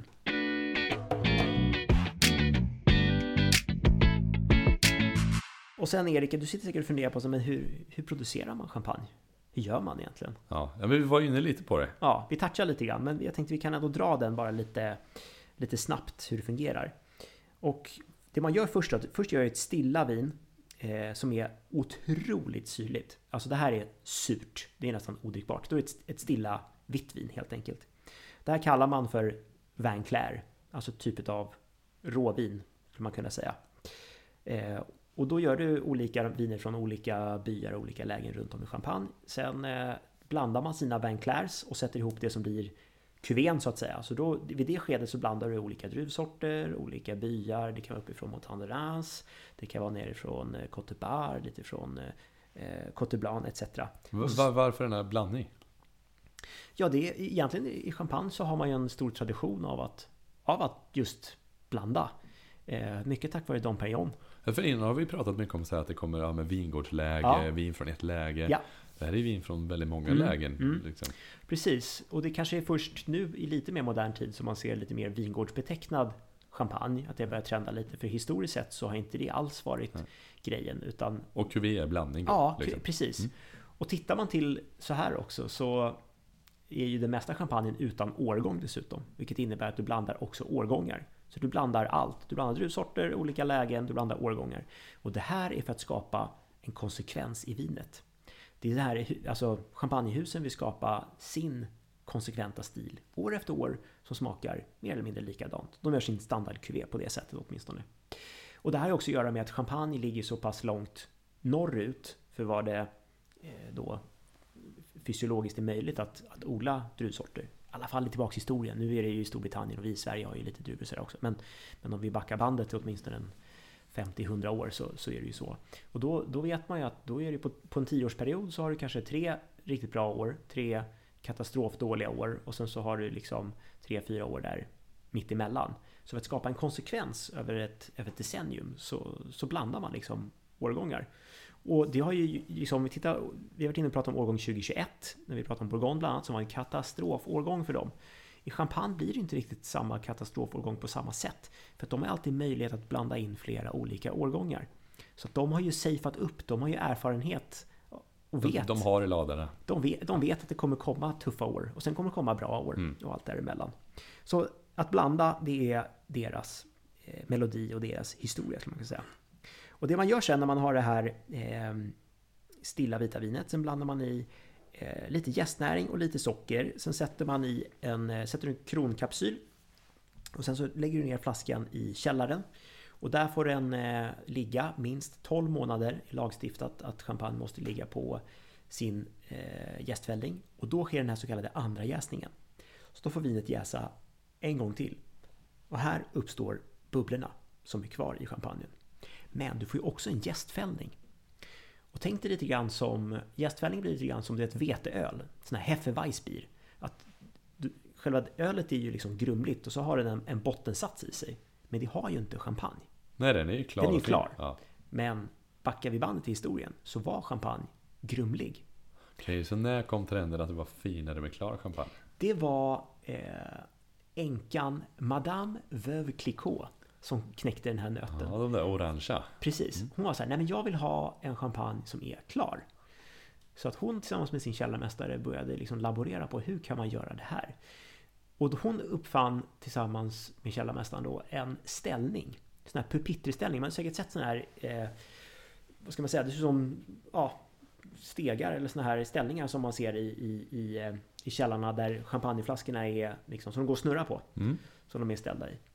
Och sen Erik, du sitter säkert och funderar på så, men hur, hur producerar man champagne? Hur gör man egentligen? Ja, men vi var inne lite på det. Ja, vi touchar lite grann, men jag tänkte vi kan ändå dra den bara lite, lite snabbt hur det fungerar. Och det man gör först, att först gör jag ett stilla vin eh, som är otroligt syrligt. Alltså det här är surt, det är nästan odrickbart. Då är det ett, ett stilla vitt vin helt enkelt. Det här kallar man för vin clair, alltså typ av råvin, skulle man kunna säga. Eh, Och då gör du olika viner från olika byar och olika lägen runt om i Champagne. Sen eh, blandar man sina vin clairs och sätter ihop det som blir kuvén så att säga. Så då, vid det skedet så blandar du olika druvsorter, olika byar. Det kan vara uppifrån Montagne de Reims, det kan vara nerifrån eh, Côte de Bar, lite från eh, Côte de Blanc et cetera. Var, varför den här blandning? Ja, det är, egentligen i Champagne så har man ju en stor tradition av att, av att just blanda. Eh, mycket tack vare Dom Perignon. För innan har vi pratat mycket om så här att det kommer ja, med vingårdsläge, ja. vin från ett läge. Ja. Det här är vin från väldigt många mm. lägen. Mm. Liksom. Precis, och det kanske är först nu i lite mer modern tid som man ser lite mer vingårdsbetecknad champagne. Att det börjar trenda lite, för historiskt sett så har inte det alls varit Nej. grejen. Utan... Och kuvé är blandning. Då, ja, liksom. precis. Mm. Och tittar man till så här också så är ju det mesta champagnen utan årgång dessutom. Vilket innebär att du blandar också årgångar. Så du blandar allt. Du blandar druvsorter, olika lägen, du blandar årgångar. Och det här är för att skapa en konsekvens i vinet. Det är det här, alltså champagnehusen vill skapa sin konsekventa stil år efter år som smakar mer eller mindre likadant. De gör sin standardkuvé på det sättet åtminstone. Och det här har också att göra med att champagne ligger så pass långt norrut för vad det då fysiologiskt är möjligt att, att odla druvsorter. I alla fall tillbaka i historien. Nu är det ju i Storbritannien och vi i Sverige har ju lite druvor också. Men, men om vi backar bandet till åtminstone en femtio till hundra år så, så är det ju så. Och då, då vet man ju att då är det på, på en tioårsperiod så har du kanske tre riktigt bra år, tre katastrofdåliga år och sen så har du liksom tre, fyra år där mitt emellan. Så för att skapa en konsekvens över ett, över ett decennium så, så blandar man liksom årgångar. Och det har ju liksom, vi tittar, vi har varit inne och pratat om årgång tjugohundratjugoett när vi pratade om Bourgogne bland annat som var en katastrofårgång för dem. I Champagne blir det inte riktigt samma katastrofårgång på samma sätt. För att de har alltid möjlighet att blanda in flera olika årgångar. Så att de har ju safeat upp, de har ju erfarenhet och vet. De, de har i ladorna. De vet, de vet att det kommer komma tuffa år och sen kommer det komma bra år mm. och allt däremellan. Så att blanda, det är deras eh, melodi och deras historia skulle man kunna säga. Och det man gör sen när man har det här eh, stilla vita vinet, sen blandar man i eh, lite jästnäring och lite socker. Sen sätter man i en, eh, sätter en kronkapsyl och sen så lägger du ner flaskan i källaren. Och där får den eh, ligga minst tolv månader i lagstiftat att champagne måste ligga på sin eh, jästfällning. Och då sker den här så kallade andra jäsningen. Så då får vinet jäsa en gång till. Och här uppstår bubblorna som är kvar i champagnen. Men du får ju också en jästfällning. Och tänk dig lite grann som, jästfällning blir lite grann som det är ett veteöl. Sån här Hefeweißbier. Att du, själva ölet är ju liksom grumligt och så har den en, en bottensats i sig. Men det har ju inte champagne. Nej, den är ju klar. Den är ju klar. Ja. Men backar vi bandet i historien så var champagne grumlig. Okej, så när kom trenden att det var finare med klar champagne? Det var eh, änkan Madame Veuve Clicquot som knäckte den här nöten. Ja, de där orangea. Precis. Hon var så här, nej men jag vill ha en champagne som är klar. Så att hon tillsammans med sin källarmästare började liksom laborera på hur kan man göra det här. Och då hon uppfann tillsammans med källarmästaren då en ställning. Sån här pupitterställning. Man har säkert sett sån här, eh, vad ska man säga, det är som ja, stegar eller såna här ställningar som man ser i, i, i, i källarna där champagneflaskorna är liksom, som de går att snurra på. Mm. Som de är ställda i.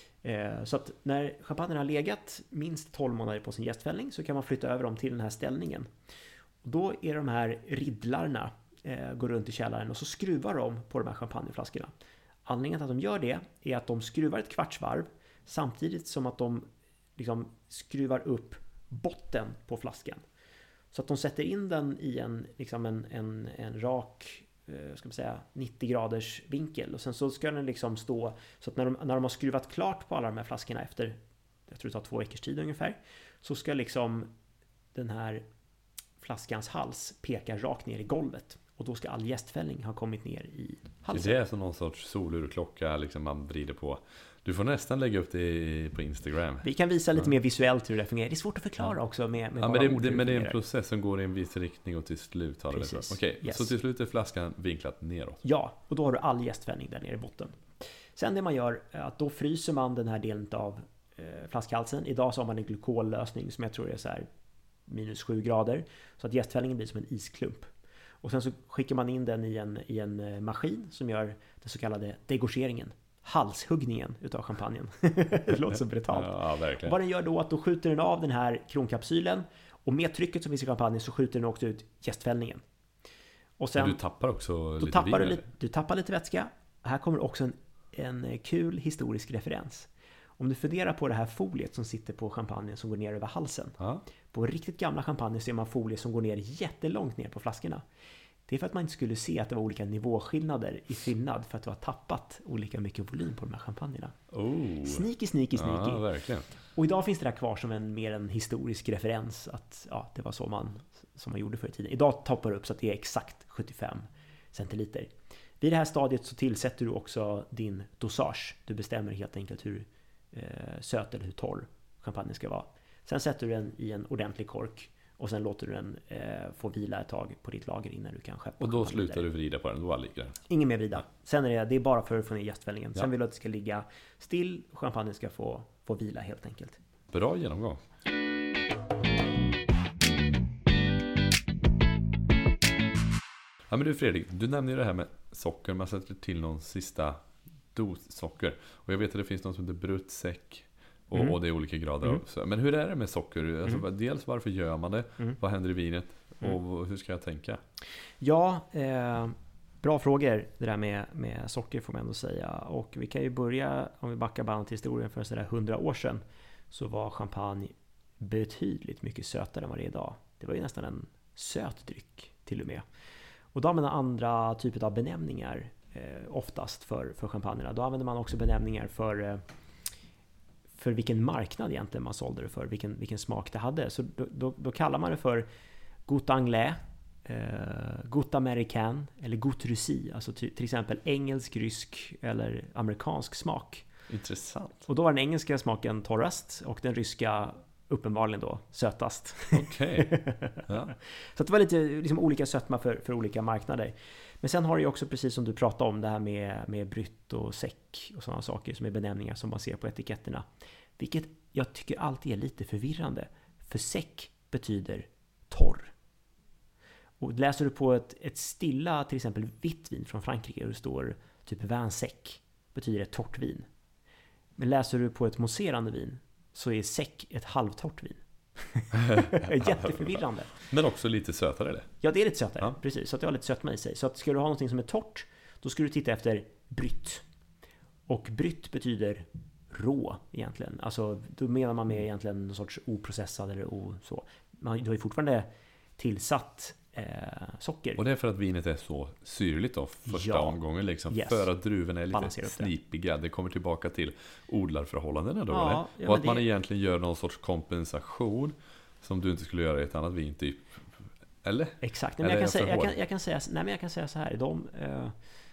Eh, så att när champagnen har legat minst tolv månader på sin jästfällning så kan man flytta över dem till den här ställningen. Och då är de här riddlarna eh, går runt i källaren och så skruvar de på de här champagneflaskorna. Anledningen till att de gör det är att de skruvar ett kvartsvarv samtidigt som att de liksom skruvar upp botten på flaskan. Så att de sätter in den i en, liksom en, en, en rak eh, ska man säga, nittio graders vinkel. Och sen så ska den liksom stå så att när de, när de har skruvat klart på alla de här flaskorna efter, jag tror det tar två veckors tid ungefär, så ska liksom den här flaskans hals pekar rakt ner i golvet. Och då ska all jästfällning ha kommit ner i halsen. Det är som någon sorts solurklocka liksom man vrider på. Du får nästan lägga upp det på Instagram. Vi kan visa lite ja. mer visuellt hur det fungerar. Det är svårt att förklara ja. också med, med ja, men det, det, men det är en process som går i en viss riktning och till slut har det Okej, okay, yes. Så till slut är flaskan vinklat neråt. Ja, och då har du all jästfällning där nere i botten. Sen det man gör är att då fryser man den här delen av eh, flaskhalsen. Idag så har man en glykollösning som jag tror är så här minus sju grader. Så att jästfällningen blir som en isklump. Och sen så skickar man in den i en, i en maskin som gör den så kallade degorgeringen. Halshuggningen utav champagnen. Det låter så brutalt. Ja, verkligen. Vad den gör då att då skjuter den av den här kronkapsylen. Och med trycket som finns i champagnen så skjuter den också ut jästfällningen. Och sen, och du tappar också lite tappar vin, du, du tappar lite vätska. Här kommer också en, en kul historisk referens. Om du funderar på det här foliet som sitter på champagnen som går ner över halsen. Ja. På riktigt gamla champagne ser man folie som går ner jättelångt ner på flaskorna. Det är för att man inte skulle se att det var olika nivåskillnader i fyllnad för att du har tappat olika mycket volym på de här champagnerna. Oh. Sneaky, sneaky, sneaky. Ja, verkligen. Och idag finns det där kvar som en mer en historisk referens att ja, det var så man, som man gjorde förr i tiden. Idag toppar det upp så att det är exakt sjuttiofem centiliter. Vid det här stadiet så tillsätter du också din dosage. Du bestämmer helt enkelt hur eh, söt eller hur torr champagne ska vara. Sen sätter du den i en ordentlig kork och sen låter du den eh, få vila ett tag på ditt lager innan du kan skeppa. Och då slutar du vrida på den, då ligger den. Ingen mer vrida. Sen är det, det är bara för att få ner jästfällningen. Ja. Sen vill du att det ska ligga still och champagnen ska få, få vila helt enkelt. Bra genomgång. Ja, men du Fredrik, du nämnde ju det här med socker. Man sätter till någon sista dos socker. Och jag vet att det finns något som heter brutt säck. Och, mm. och det är olika grader mm. också. Men hur är det med socker? Alltså, mm. Dels varför gör man det? Mm. Vad händer i vinet? Och mm. hur ska jag tänka? Ja, eh, bra frågor det där med, med socker får man ändå säga. Och vi kan ju börja, om vi backar bandet till historien för sådär hundra år sedan. Så var champagne betydligt mycket sötare än vad det är idag. Det var ju nästan en söt dryck till och med. Och då använder man andra typer av benämningar eh, oftast för, för champagnerna. Då använder man också benämningar för... Eh, för vilken marknad egentligen man sålde det för, vilken, vilken smak det hade. Så då, då, då kallar man det för Goût Anglais, eh, Goût Américain eller Goût Russie. Alltså ty, till exempel engelsk, rysk eller amerikansk smak. Intressant. Och då var den engelska smaken torrast och den ryska uppenbarligen då sötast. Okej. Okay. Ja. Så det var lite liksom, olika sötma för, för olika marknader. Men sen har det ju också, precis som du pratade om, det här med, med brytt och säck och sådana saker som är benämningar som man ser på etiketterna. Vilket jag tycker alltid är lite förvirrande. För säck betyder torr. Och läser du på ett, ett stilla, till exempel vitt vin från Frankrike och det står typ vin sec, betyder det torrt vin. Men läser du på ett mousserande vin så är säck ett halvtorrt vin. Jätteförvirrande. Men också lite sötare det. Ja, det är lite sötare, ja. Precis. Så att det har lite sötma i sig. Så att ska du ha någonting som är torrt, då ska du titta efter brytt. Och brytt betyder rå egentligen. Alltså då menar man med egentligen någon sorts oprocessad eller o så. Man du har ju fortfarande tillsatt eh, socker. Och det är för att vinet är så syrligt då första ja. omgången liksom. Yes. För att druvorna är lite snipiga. Det kommer tillbaka till odlarförhållandena då. Ja, ja, och att det... man egentligen gör någon sorts kompensation som du inte skulle göra i ett annat vin typ. Eller? Exakt. Men jag, kan säga, jag, kan, jag, kan säga, nej, men jag kan säga så här. De, eh,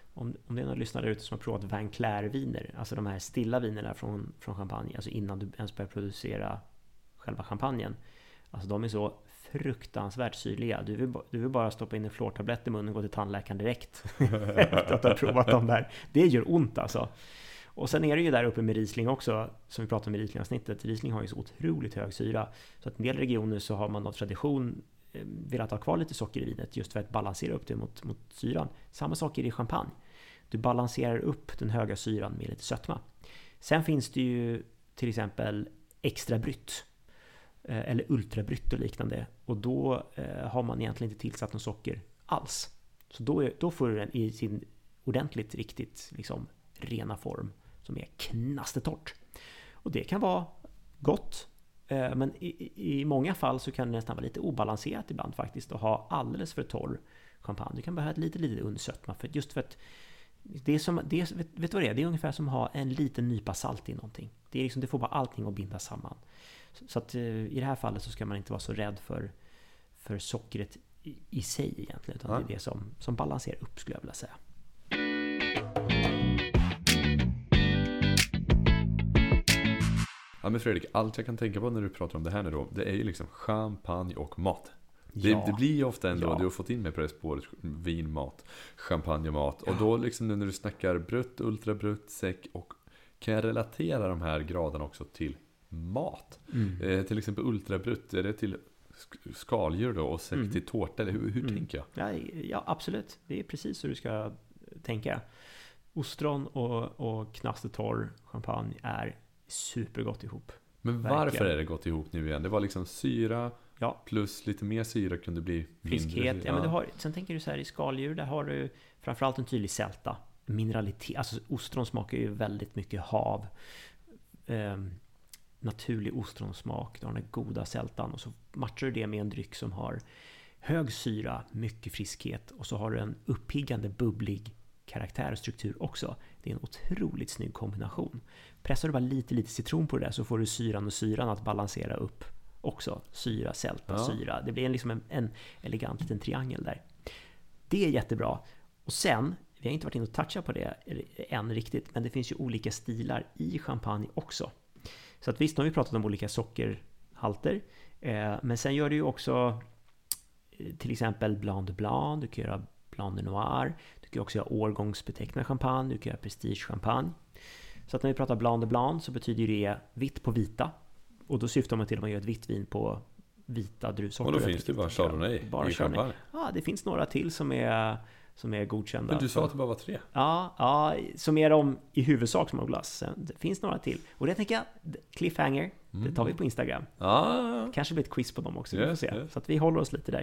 om, om det är någon lyssnare ute som har provat Van Clair-viner, alltså de här stilla vinerna från, från champagne, alltså innan du ens börjar producera själva champagnen. Alltså de är så fruktansvärt syrliga. Du vill, du vill bara stoppa in en fluortablett i munnen och gå till tandläkaren direkt efter att ha provat dem där. Det gör ont alltså. Och sen är det ju där uppe med Riesling också, som vi pratade om i Riesling-avsnittet. Riesling har ju så otroligt hög syra, så att i en del regioner så har man av tradition velat ha kvar lite socker i vinet just för att balansera upp det mot, mot syran. Samma sak är det i champagne. Du balanserar upp den höga syran med lite sötma. Sen finns det ju till exempel extra brytt eller ultrabrytt och liknande, och då eh, har man egentligen inte tillsatt någon socker alls. Så då, är, då får du den i sin ordentligt riktigt liksom rena form som är knastertorrt. Och det kan vara gott, eh, men i, i många fall så kan det nästan vara lite obalanserat ibland faktiskt att ha alldeles för torr champagne. Du kan behöva ett lite lite undsötma, för just för att det är som, det är, vet, vet du vad det är? Det är ungefär som att ha en liten nypa salt i någonting. Det är liksom, det får bara allting att binda samman. Så, så att i det här fallet så ska man inte vara så rädd för, för sockret i, i sig egentligen, utan ja. Det är det som, som balanserar upp, skulle jag vilja säga. Ja, men Fredrik, allt jag kan tänka på när du pratar om det här nu då, det är ju liksom champagne och mat. Det, ja. det blir ju ofta ändå, ja. du har fått in mig på det spåret, vin, mat, champagne och mat. Ja. Och då liksom när du snackar brutt, ultrabrutt, säck, och kan jag relatera de här graderna också till mat? Mm. Eh, till exempel ultrabrutt, är det till skaldjur då, och säck mm. till tårta, eller hur, hur mm. tänker jag? Ja, ja, absolut. Det är precis hur du ska tänka. Ostron och, och knastertorr champagne är supergott ihop. Men varför Verkligen. Är det gott ihop nu igen? Det var liksom syra, ja. Plus lite mer syra kunde bli friskhet. Mindre. Ja, men du har, sen tänker du så här, i skaldjur, där har du framförallt en tydlig sälta. Mineralitet, alltså ostron smakar ju väldigt mycket hav. Um, naturlig ostronsmak, du har den goda sältan, och så matchar du det med en dryck som har hög syra, mycket friskhet, och så har du en uppiggande, bubblig karaktär och struktur också. Det är en otroligt snygg kombination. Pressar du bara lite, lite citron på det där, så får du syran och syran att balansera upp också. Syra, sälta, ja. Syra. Det blir en, liksom en, en elegant liten triangel där. Det är jättebra. Och sen, vi har inte varit inne och touchat på det än riktigt, men det finns ju olika stilar i champagne också. Så att visst, nu har vi pratat om olika sockerhalter, eh, men sen gör du ju också eh, till exempel Blanc de Blanc, du kan göra Blanc de Noir, du kan också göra årgångsbetecknad champagne, du kan göra prestige champagne. Så att när vi pratar Blanc de Blanc så betyder det vitt på vita, och då syftar man till att man gör ett vitt vin på vita druvsorter. Och då finns det bara Chardonnay bara i champagne. Ja, det finns några till som är som är godkända. Men du sa att det bara var tre. Ja, ja, som är de i huvudsak som glass. Det finns några till. Och det tänker jag, cliffhanger, mm. det tar vi på Instagram. Ah. Kanske blir ett quiz på dem också, yes, vi får se. Yes. Så att vi håller oss lite där.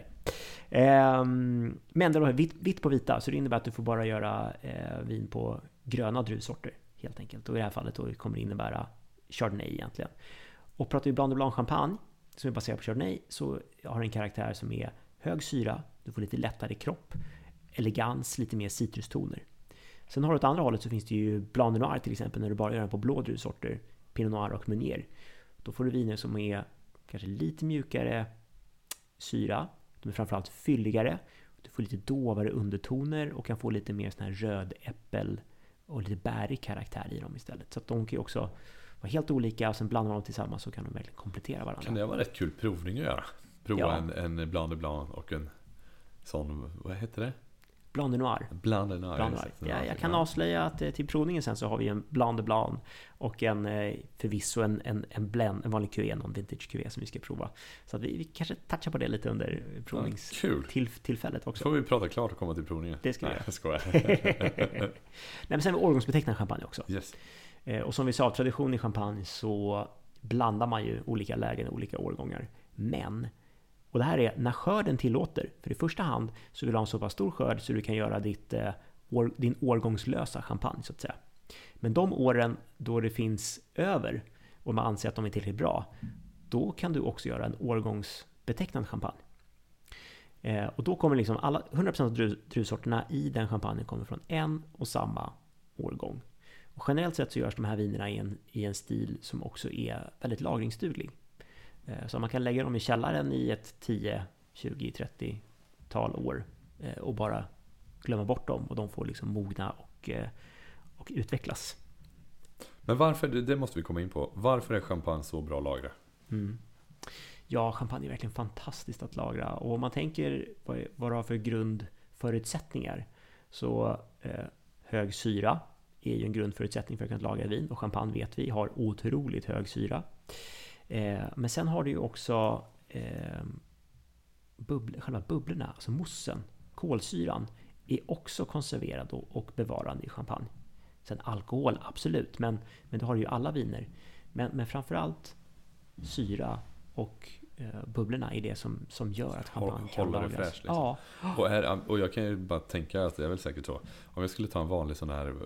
Ehm, men det är vitt, vitt på vita, så det innebär att du får bara göra eh, vin på gröna druvsorter, helt enkelt. Och i det här fallet då kommer det innebära Chardonnay egentligen. Och pratar vi Blanc de Blanc champagne, som är baserad på Chardonnay, så har en karaktär som är hög syra, du får lite lättare kropp, elegans, lite mer citrustoner. Sen har du åt andra hållet så finns det ju Blanc de Noir till exempel, när du bara gör den på blå druvsorter, Pinot Noir och Meunier. Då får du viner som är kanske lite mjukare syra, de är framförallt fylligare, du får lite dovare undertoner och kan få lite mer sån här röd äppel och lite bärig karaktär i dem istället. Så att de kan ju också vara helt olika, och sen blandar man dem tillsammans så kan de verkligen komplettera varandra. Kan det vara rätt kul provning att göra? Prova ja. en, en Blanc de Blanc och en sån, vad heter det? Blanc de Noir. Blanc de Noir. Blanc de Noir. Ja, jag kan avslöja att till provningen sen så har vi en Blanc de Blanc och en förvisso en, en, en blend, en vanlig Q E, någon vintage Q E som vi ska prova. Så att vi, vi kanske touchar på det lite under provningstillfället ja, också. Får vi prata klart och komma till provningen. Det ska vi Nej, göra. Jag skojar. Nej, men sen har vi årgångsbetecknad champagne också. Yes. Och som vi sa, av tradition i champagne så blandar man ju olika lägen och olika årgångar. Men, och det här är när skörden tillåter, för i första hand så vill du ha en så pass stor skörd så du kan göra ditt, eh, år, din årgångslösa champagne så att säga. Men de åren då det finns över och man anser att de är tillräckligt bra, då kan du också göra en årgångsbetecknad champagne. Eh, och då kommer liksom alla, hundra procent av druv, druvsorterna i den champagnen kommer från en och samma årgång. Och generellt sett så görs de här vinerna i en, i en stil som också är väldigt lagringsduglig. Så man kan lägga dem i källaren i ett tio, tjugo, trettio-tal år och bara glömma bort dem och de får liksom mogna och, och utvecklas. Men varför, det måste vi komma in på. Varför är champagne så bra att lagra? Mm. Ja, champagne är verkligen fantastiskt att lagra. Och om man tänker vad, vad det har för grundförutsättningar. Så eh, hög syra är ju en grundförutsättning för att kunna lagra vin. Och champagne vet vi har otroligt hög syra. Eh, men sen har du ju också eh, bubbl- själva bubblorna, alltså mossen, kolsyran, är också konserverad och, och bevarande i champagne. Sen alkohol, absolut, men, men det har ju alla viner. Men, men framförallt syra och eh, bubblorna är det som, som gör att champagne kan håller det lagras. fräscht liksom. Ja. Och, är, och jag kan ju bara tänka att det är väl säkert så. Om jag skulle ta en vanlig sån här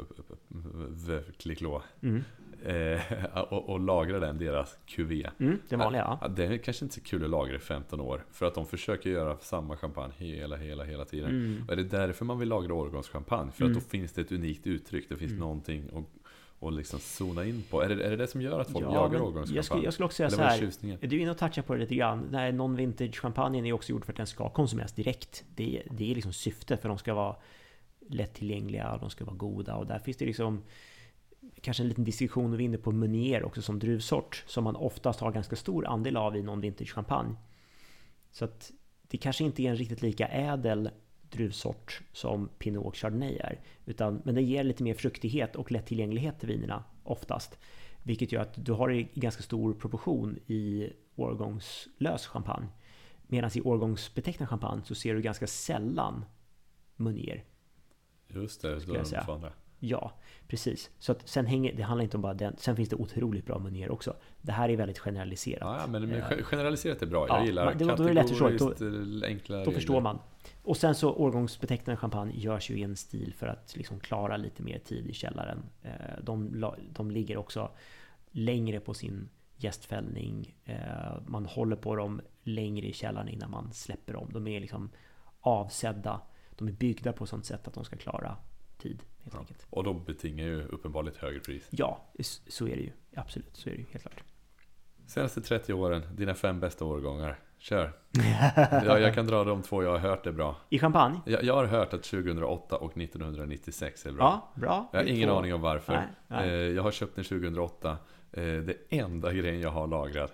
Clicquot Mm. eh, och, och lagra den, deras cuvée. Mm, det vanliga, ja. Det är kanske inte så kul att lagra i femton år. För att de försöker göra samma champagne hela, hela, hela tiden. Mm. Och är det därför man vill lagra årgångschampagne? För Mm. att då finns det ett unikt uttryck. Det finns Mm. någonting att och liksom zona in på. Är det, är det det som gör att folk Ja, jagar men årgångschampagne? Jag skulle, jag skulle också säga Eller så vad är här. tjusningen? Du är inne och touchar på det lite grann. Den här non-vintage-champagnen är också gjord för att den ska konsumeras direkt. Det, det är liksom syftet, för de ska vara lättillgängliga och de ska vara goda. Och där finns det liksom kanske en liten diskussion och vi är inne på Meunier också som druvsort, som man oftast har ganska stor andel av i non-vintage-champagne. Så att det kanske inte är en riktigt lika ädel druvsort som Pinot och Chardonnay är, utan, men det ger lite mer fruktighet och lättillgänglighet till vinerna oftast, vilket gör att du har i ganska stor proportion i årgångslös champagne, medan i årgångsbetecknad champagne så ser du ganska sällan Meunier. Just det, skulle jag säga. Fan det. Ja, precis. Så att sen hänger, det handlar inte om bara den. Sen finns det otroligt bra Meunier också. Det här är väldigt generaliserat. Ja, men, men generaliserat är bra. Ja, jag gillar men då, då är det lätt att förstå. Då, enkla då regler. förstår man. Och sen så årgångsbetecknad champagne görs ju i en stil för att liksom klara lite mer tid i källaren. De, de ligger också längre på sin jästfällning. Man håller på dem längre i källaren innan man släpper dem. De är liksom avsedda. De är byggda på sånt sätt att de ska klara tid, helt ja. enkelt. Och de betingar ju uppenbarligen högre pris. Ja, så är det ju. Absolut, så är det ju, helt klart. Senaste trettio åren, dina fem bästa årgångar. Kör. ja, jag kan dra de två jag har hört är bra. I champagne? Jag, jag har hört att tjugohundraåtta och nittonhundranittiosex är bra. Ja, bra. Jag har ingen två. aning om varför. Nej, nej. Jag har köpt den tjugohundraåtta. Det enda grejen jag har lagrad.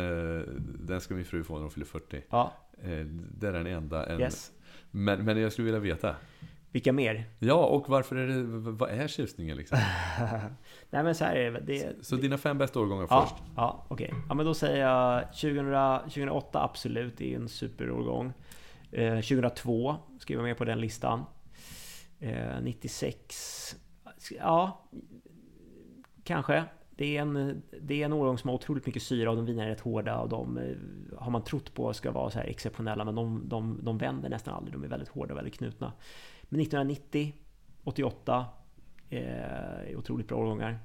Den ska min fru få när hon fyller fyrtio. Ja. Det är den enda. En... Yes. Men, men jag skulle vilja veta. Vilka mer? Ja, och varför är det, vad är tjusningen liksom? Nej, men så här är det, det Så, så dina fem bästa årgångar ja, först? Ja, okej. Okay. Ja, men då säger jag tjugohundra, tjugohundraåtta absolut, det är en superårgång. Eh, tjugohundratvå ska jag vara med på den listan. Eh, nittiosex, ja, kanske. Det är, en, det är en årgång som har otroligt mycket syra och de vinar är rätt hårda och de har man trott på ska vara så här exceptionella, men de, de, de vänder nästan aldrig. De är väldigt hårda och väldigt knutna. Men nittonhundranittio, åttioåtta är otroligt bra årgångar.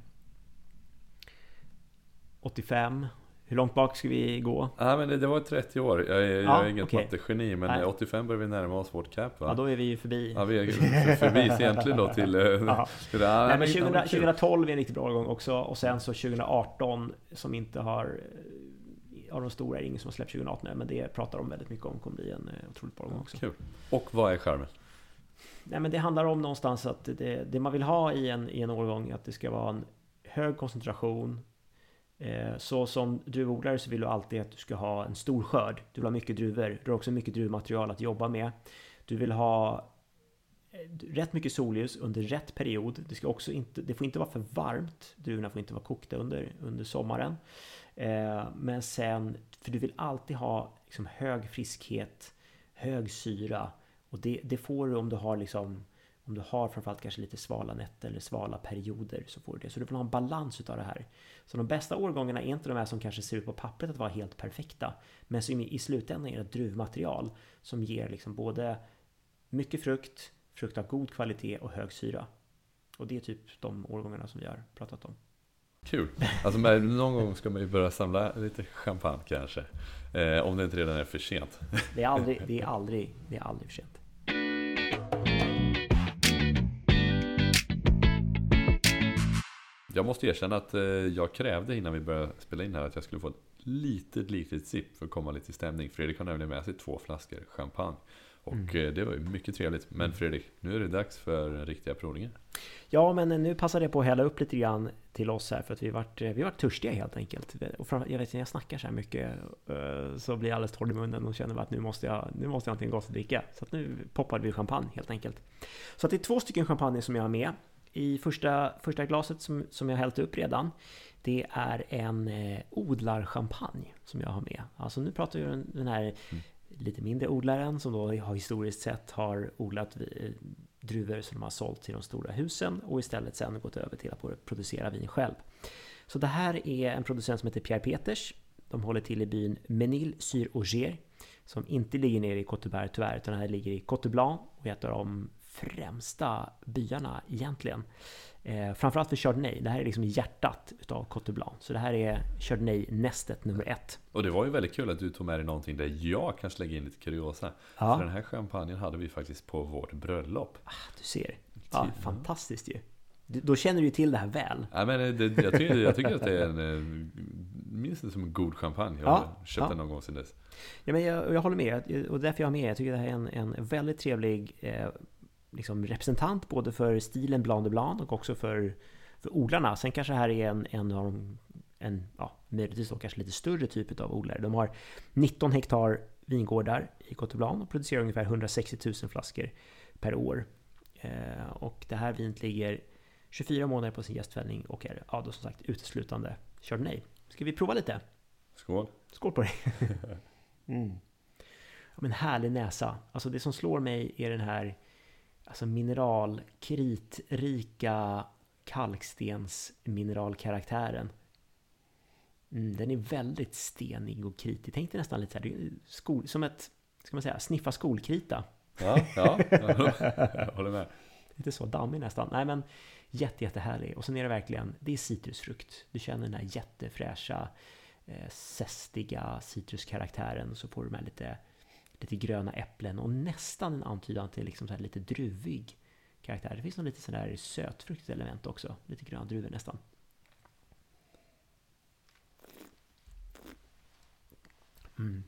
åttiofem, hur långt bak ska vi gå? Ja, men det, det var trettio år. Jag, jag ja, är inget okay. mattegeni, men Nej. åttiofem börjar vi närma oss vårt cap, va? Ja, då är vi ju förbi. Ja, vi är förbi egentligen då till... ja. till ja, Nej, men tjugohundra, tjugohundratolv är en riktigt bra årgång också. Och sen så tjugohundraarton som inte har... Av de stora är ingen som har släppt tjugohundraarton nu, men det pratar de väldigt mycket om. Kommer bli en otroligt bra årgång också. Kul. Och vad är charmen? Nej, men det handlar om någonstans att det, det man vill ha i en, i en årgång, att det ska vara en hög koncentration. Så som druvodlare så vill du alltid att du ska ha en stor skörd. Du vill ha mycket druvor. Du har också mycket druvmaterial att jobba med. Du vill ha rätt mycket solljus under rätt period. Det, ska också inte, det får inte vara för varmt. Druvorna får inte vara kokta under, under sommaren. Men sen, för du vill alltid ha liksom hög friskhet, hög syra. Och det, det får du om du har liksom... Om du har framförallt kanske lite svala nätter eller svala perioder så får du det. Så du vill ha en balans utav det här. Så de bästa årgångarna är inte de här som kanske ser ut på pappret att vara helt perfekta. Men som i slutändan är det ett druvmaterial som ger liksom både mycket frukt, frukt av god kvalitet och hög syra. Och det är typ de årgångarna som vi har pratat om. Kul. Alltså någon gång ska man ju börja samla lite champagne kanske. Eh, om det inte redan är för sent. Det är aldrig, det är aldrig, det är aldrig för sent. Jag måste erkänna att jag krävde innan vi började spela in här att jag skulle få ett litet, litet sipp för att komma lite i stämning. Fredrik har nämligen med sig två flaskor champagne. Och mm. det var ju mycket trevligt. Men Fredrik, nu är det dags för riktiga provningar. Ja, men nu passar det på att hälla upp lite grann till oss här, för att vi varit, vi varit törstiga helt enkelt. Och jag vet när jag snackar så här mycket så blir jag alldeles torr i munnen och känner att nu måste jag, nu måste jag någonting gott att dricka. Så att nu poppade vi champagne helt enkelt. Så att det är två stycken champagne som jag har med. I första, första glaset som, som jag hällt upp redan, det är en eh, odlarchampagne som jag har med. Alltså nu pratar vi om den här mm. lite mindre odlaren som då har historiskt sett har odlat druvor som de har sålt till de stora husen och istället sen gått över till att producera vin själv. Så det här är en producent som heter Pierre Peters. De håller till i byn Menil-sur-Oger som inte ligger nere i Côte tyvärr, utan den här ligger i Côte Blanc och är ett av de främsta byarna egentligen. Eh, framförallt för Chardonnay. Det här är liksom hjärtat utav Côte Blanc. Så det här är Chardonnay-nästet nummer ett. Och det var ju väldigt kul att du tog med dig någonting där jag kan lägga in lite kuriosa. Ja. För den här champagnen hade vi faktiskt på vårt bröllop. Ah, du ser. Ja, fantastiskt ju. Då känner du ju till det här väl. Ja, men det, jag, tycker, jag tycker att det är en, minst som en god champagne. Jag har ja, köpt ja. den någon gång sedan dess. Ja, men jag, jag håller med. Och därför jag har med. Jag tycker det här är en, en väldigt trevlig eh, liksom representant både för stilen Blanc de Blanc och också för, för odlarna. Sen kanske här är en, en av de, en, ja, möjligtvis då kanske lite större typ av odlare. De har nitton hektar vingårdar i Côte Blanc och producerar ungefär hundrasextio tusen flaskor per år. Eh, och det här vinet ligger tjugofyra månader på sin gästfällning och är, ja, då som sagt uteslutande Chardonnay. Ska vi prova lite? Skål! Skål på dig! mm. Ja, men härlig näsa. Alltså det som slår mig är den här alltså mineralkritrika kalkstensmineralkaraktären. Mm, den är väldigt stenig och kritig. Tänk dig nästan lite så här, skol, som ett, ska man säga, sniffa skolkrita. Ja, ja, jag håller med. Lite så dammig nästan. Nej, men jätte, jättehärlig. Och sen är det verkligen, det är citrusfrukt. Du känner den här jättefräscha, eh, zestiga citruskaraktären. Så får du med lite lite gröna äpplen och nästan en antydan till liksom så här lite druvig karaktär. Det finns nog lite sån där sötfruktigt element också. Lite gröna druvor nästan. Mm.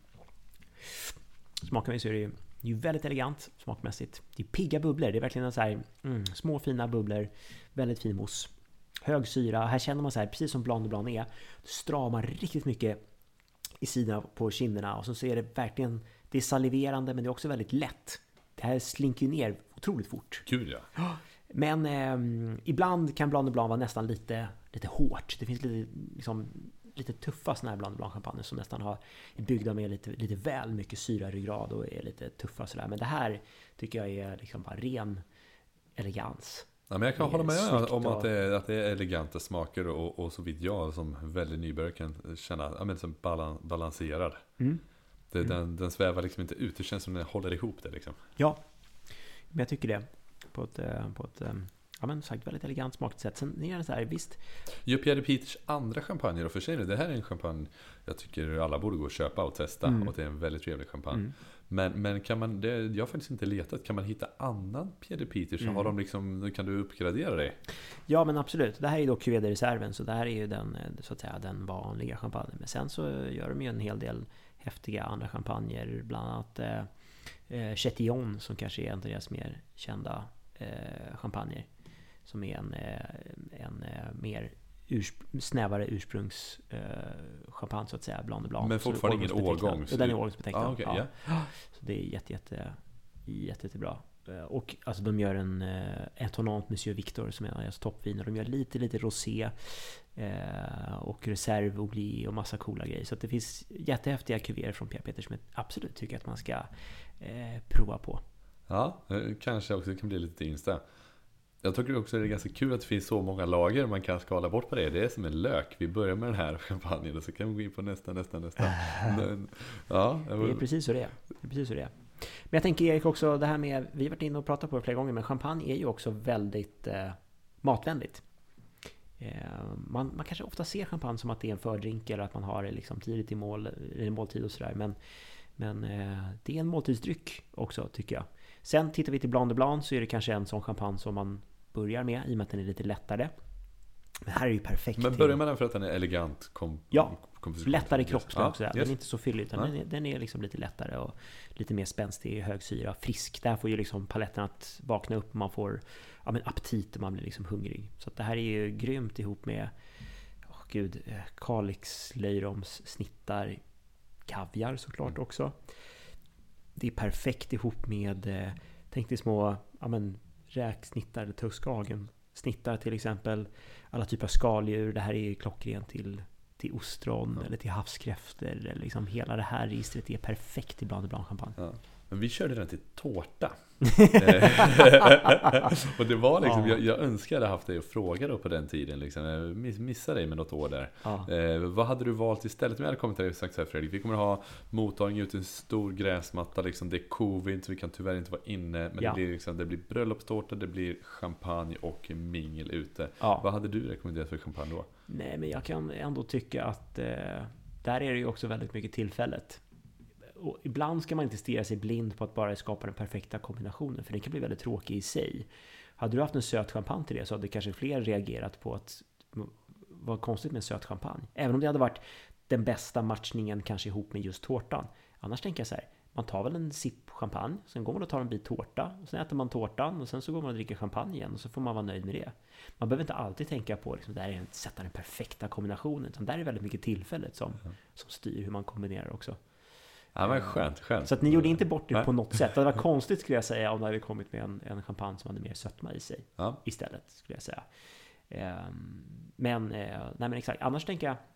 Smakmässigt så är det ju, det är ju väldigt elegant smakmässigt. Det är pigga bubblor. Det är verkligen så här mm, små fina bubblor. Väldigt fin mousse. Hög syra. Här känner man så här, precis som Blanc de Blanc är, stramar riktigt mycket i sidan på kinderna och så ser det verkligen, det är saliverande men det är också väldigt lätt. Det här slinker ner otroligt fort. Kul, ja. Men eh, ibland kan Blanc de Blanc vara nästan lite, lite hårt. Det finns lite, liksom, lite tuffa såna här Blanc de Blanc champagne som nästan har, är byggda med lite, lite väl mycket syraryggrad och är lite tuffa sådär. Men det här tycker jag är liksom bara ren elegans. Ja, men jag kan hålla med om att det, är, att det är eleganta smaker och, och så vitt jag som väldigt nybörjare kan känna ja, men som balans, balanserad. Mm. Det, mm. Den, den svävar liksom inte ut, det känns som den håller ihop det liksom. Ja, men jag tycker det på ett, på ett ja, men sagt väldigt elegant smakligt sätt. Sen är det så här, visst. Gör Pierre Peters andra champagne och för sig nu, det här är en champagne jag tycker alla borde gå och köpa och testa mm. och det är en väldigt trevlig champagne. Mm. Men, men kan man, det, jag har faktiskt inte letat, kan man hitta annan Pierre Peters så mm. har de liksom, kan du uppgradera det? Ja, men absolut. Det här är då Cuvée de Reserven, så det här är ju den, så att säga, den vanliga champagnen. Men sen så gör de ju en hel del häftiga andra champagner, bland annat eh, Chetillon som kanske är en av deras mer kända eh, champagner. Som är en, en mer ursp- snävare ursprungs eh, champagne så att säga, Blanc de Blanc. Men fortfarande ingen årgång. Så den är årgångsbetecknad. Ah, okay, ja. yeah. Så det är jätte, jätte, jätte, jättebra. Och alltså de gör en eh, Étonnant Monsieur Victor som är deras toppvin. Och de gör lite, lite rosé eh, och reserve oubli och massa coola grejer. Så att det finns jättehäftiga kuvéer från Pierre Peters som jag absolut tycker att man ska eh, prova på. Ja, kanske också kan bli lite insta. Jag tycker också att det är ganska kul att det finns så många lager man kan skala bort på det. Det är som en lök. Vi börjar med den här champagnen och så kan vi gå in på nästa, nästa, nästa. Men, ja, det är precis så det är. Det är precis så det är. Men jag tänker Erik också, det här med, vi har varit inne och pratat på det flera gånger, men champagne är ju också väldigt eh, matvänligt. Eh, man, man kanske ofta ser champagne som att det är en fördrink eller att man har det liksom tidigt i, mål, i en måltid och sådär. Men, men eh, det är en måltidsdryck också tycker jag. Sen tittar vi till Blanc de Blanc så är det kanske en sån champagne som man börjar med i och med att den är lite lättare. Det här är ju perfekt. Men börjar med den för att den är elegant kom, ja, komposition. lättare i kropp ja, också. Yes. Den är inte så fyllig utan ja. den, är, den är liksom lite lättare och lite mer spänstig, hög syra, frisk. Där får ju liksom paletten att vakna upp, man får ja, men aptit och man blir liksom hungrig. Så att det här är ju grymt ihop med åh gud, Kalix, löjroms, snittar, kaviar såklart mm. också. Det är perfekt ihop med tänk dig små ja, men, räksnittar eller tuskhagen. Snittar till exempel, alla typer av skaldjur. Det här är ju klockrent till, till ostron ja. eller till havskräftor. Eller liksom hela det här registret är perfekt i Blanc de Blanc champagne. Ja. Men vi körde den till tårta. Och det var liksom, ja. jag, jag önskade haft dig att fråga då på den tiden. Liksom. Jag missade dig med något år där. Ja. Eh, vad hade du valt istället? Men jag hade kommit till dig och sagt så här, Fredrik, vi kommer ha mottagning ut i en stor gräsmatta. Liksom. Det är covid så vi kan tyvärr inte vara inne. Men ja. det, blir liksom, det blir bröllopstårta, det blir champagne och mingel ute. Ja. Vad hade du rekommenderat för champagne då? Nej, men jag kan ändå tycka att eh, där är det ju också väldigt mycket tillfället. Och ibland ska man inte stirra sig blind på att bara skapa den perfekta kombinationen, för den kan bli väldigt tråkig i sig. Hade du haft en söt champagne till det så hade kanske fler reagerat på att vad konstigt med en söt champagne. Även om det hade varit den bästa matchningen kanske ihop med just tårtan. Annars tänker jag så här, man tar väl en sipp champagne, sen går man och tar en bit tårta, och sen äter man tårtan och sen så går man och dricker champagne igen och så får man vara nöjd med det. Man behöver inte alltid tänka på liksom, där är en, sätta den perfekta kombinationen, utan där är väldigt mycket tillfället som, mm. som styr hur man kombinerar också. Ja, men skönt, skönt. Så att ni gjorde inte bort det på något sätt. Det var konstigt skulle jag säga om det hade kommit med en, en champagne som hade mer sötma i sig ja. istället skulle jag säga. Men, nej men exakt. Annars tänker jag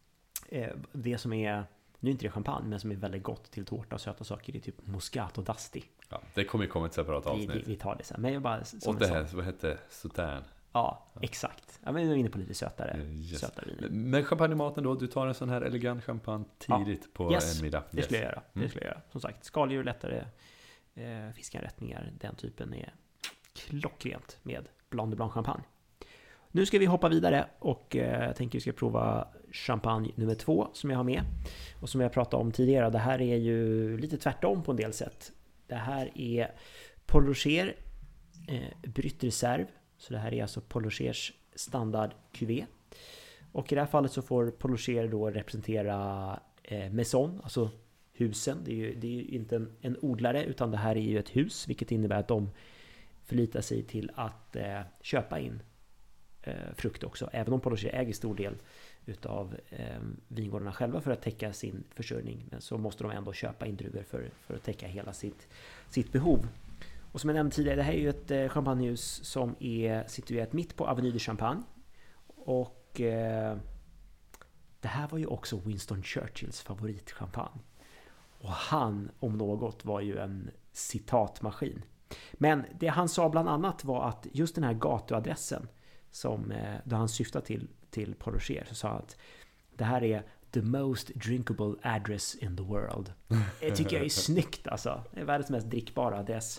det som är, nu är inte det champagne, men som är väldigt gott till tårta och söta saker, det är typ Moscato d'Asti. Ja, det kommer ju komma ett separat avsnitt. Vi, vi tar det sen. Men jag bara, och det här, vad heter Sautern? Ja, ja, exakt. Ja, men vi är inne på lite sötare, yes. sötare viner. Men champagnematen då, du tar en sån här elegant champagne tidigt ja. på yes. en middag. Yes. Det skulle jag göra. Mm. Det skulle jag göra. Som sagt, skaldjur, lättare eh, fiskanrättningar, den typen är klockrent med Blanc de Blanc champagne. Nu ska vi hoppa vidare och eh, jag tänker att vi ska prova champagne nummer två som jag har med. Och som jag pratade om tidigare, det här är ju lite tvärtom på en del sätt. Det här är Paul Rocher eh, Brut Reserve. Så det här är alltså Paul Rochers standard Q V. Och i det här fallet så får Paul Rocher då representera eh, Maison, alltså husen. Det är ju, det är ju inte en, en odlare, utan det här är ju ett hus, vilket innebär att de förlitar sig till att eh, köpa in eh, frukt också. Även om Paul Rocher äger stor del utav eh, vingårdarna själva för att täcka sin försörjning, men så måste de ändå köpa in druvor för, för att täcka hela sitt, sitt behov. Och som jag nämnde tidigare, det här är ju ett champagnehus som är situerat mitt på Avenue de Champagne. Och eh, det här var ju också Winston Churchills favoritchampagne. Och han, om något, var ju en citatmaskin. Men det han sa bland annat var att just den här gatuadressen som eh, då han syftade till, till Paul Rocher, så sa att det här är the most drinkable address in the world. Det tycker jag är snyggt alltså. Det är världens mest drickbara adress.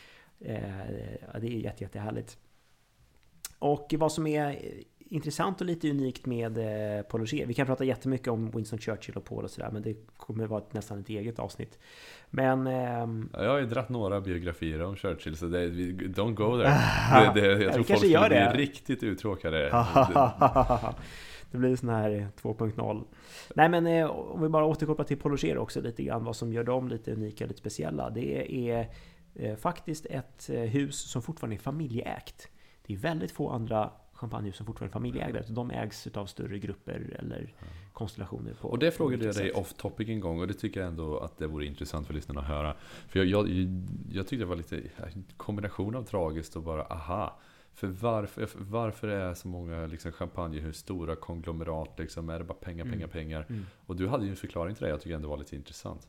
Ja, det är jätte, jättehärligt. Och vad som är intressant och lite unikt med Paul Rocher, vi kan prata jättemycket om Winston Churchill och Paul och sådär, men det kommer vara ett, nästan ett eget avsnitt. Men ähm, ja, jag har ju dratt några biografier om Churchill, så det, don't go there. det, det, jag tror ja, folk skulle bli det. riktigt uttråkade. Det blir sån här två punkt noll. Nej, men eh, om vi bara återkopplar till Paul Rocher också lite grann, vad som gör dem lite unika, lite speciella. Det är eh, faktiskt ett eh, hus som fortfarande är familjeägt. Det är väldigt få andra champagnehus som fortfarande är familjeägda. De ägs av större grupper eller mm. konstellationer. På, och det frågade jag dig off topic en gång, och det tycker jag ändå att det vore intressant för lyssnarna att höra. För jag, jag, jag tyckte det var lite en kombination av tragiskt och bara aha. För varför, varför är så många liksom champagnehus stora konglomerat liksom, är det bara pengar, pengar, mm. pengar? Mm. Och du hade ju en förklaring till det, jag tycker ändå var lite intressant.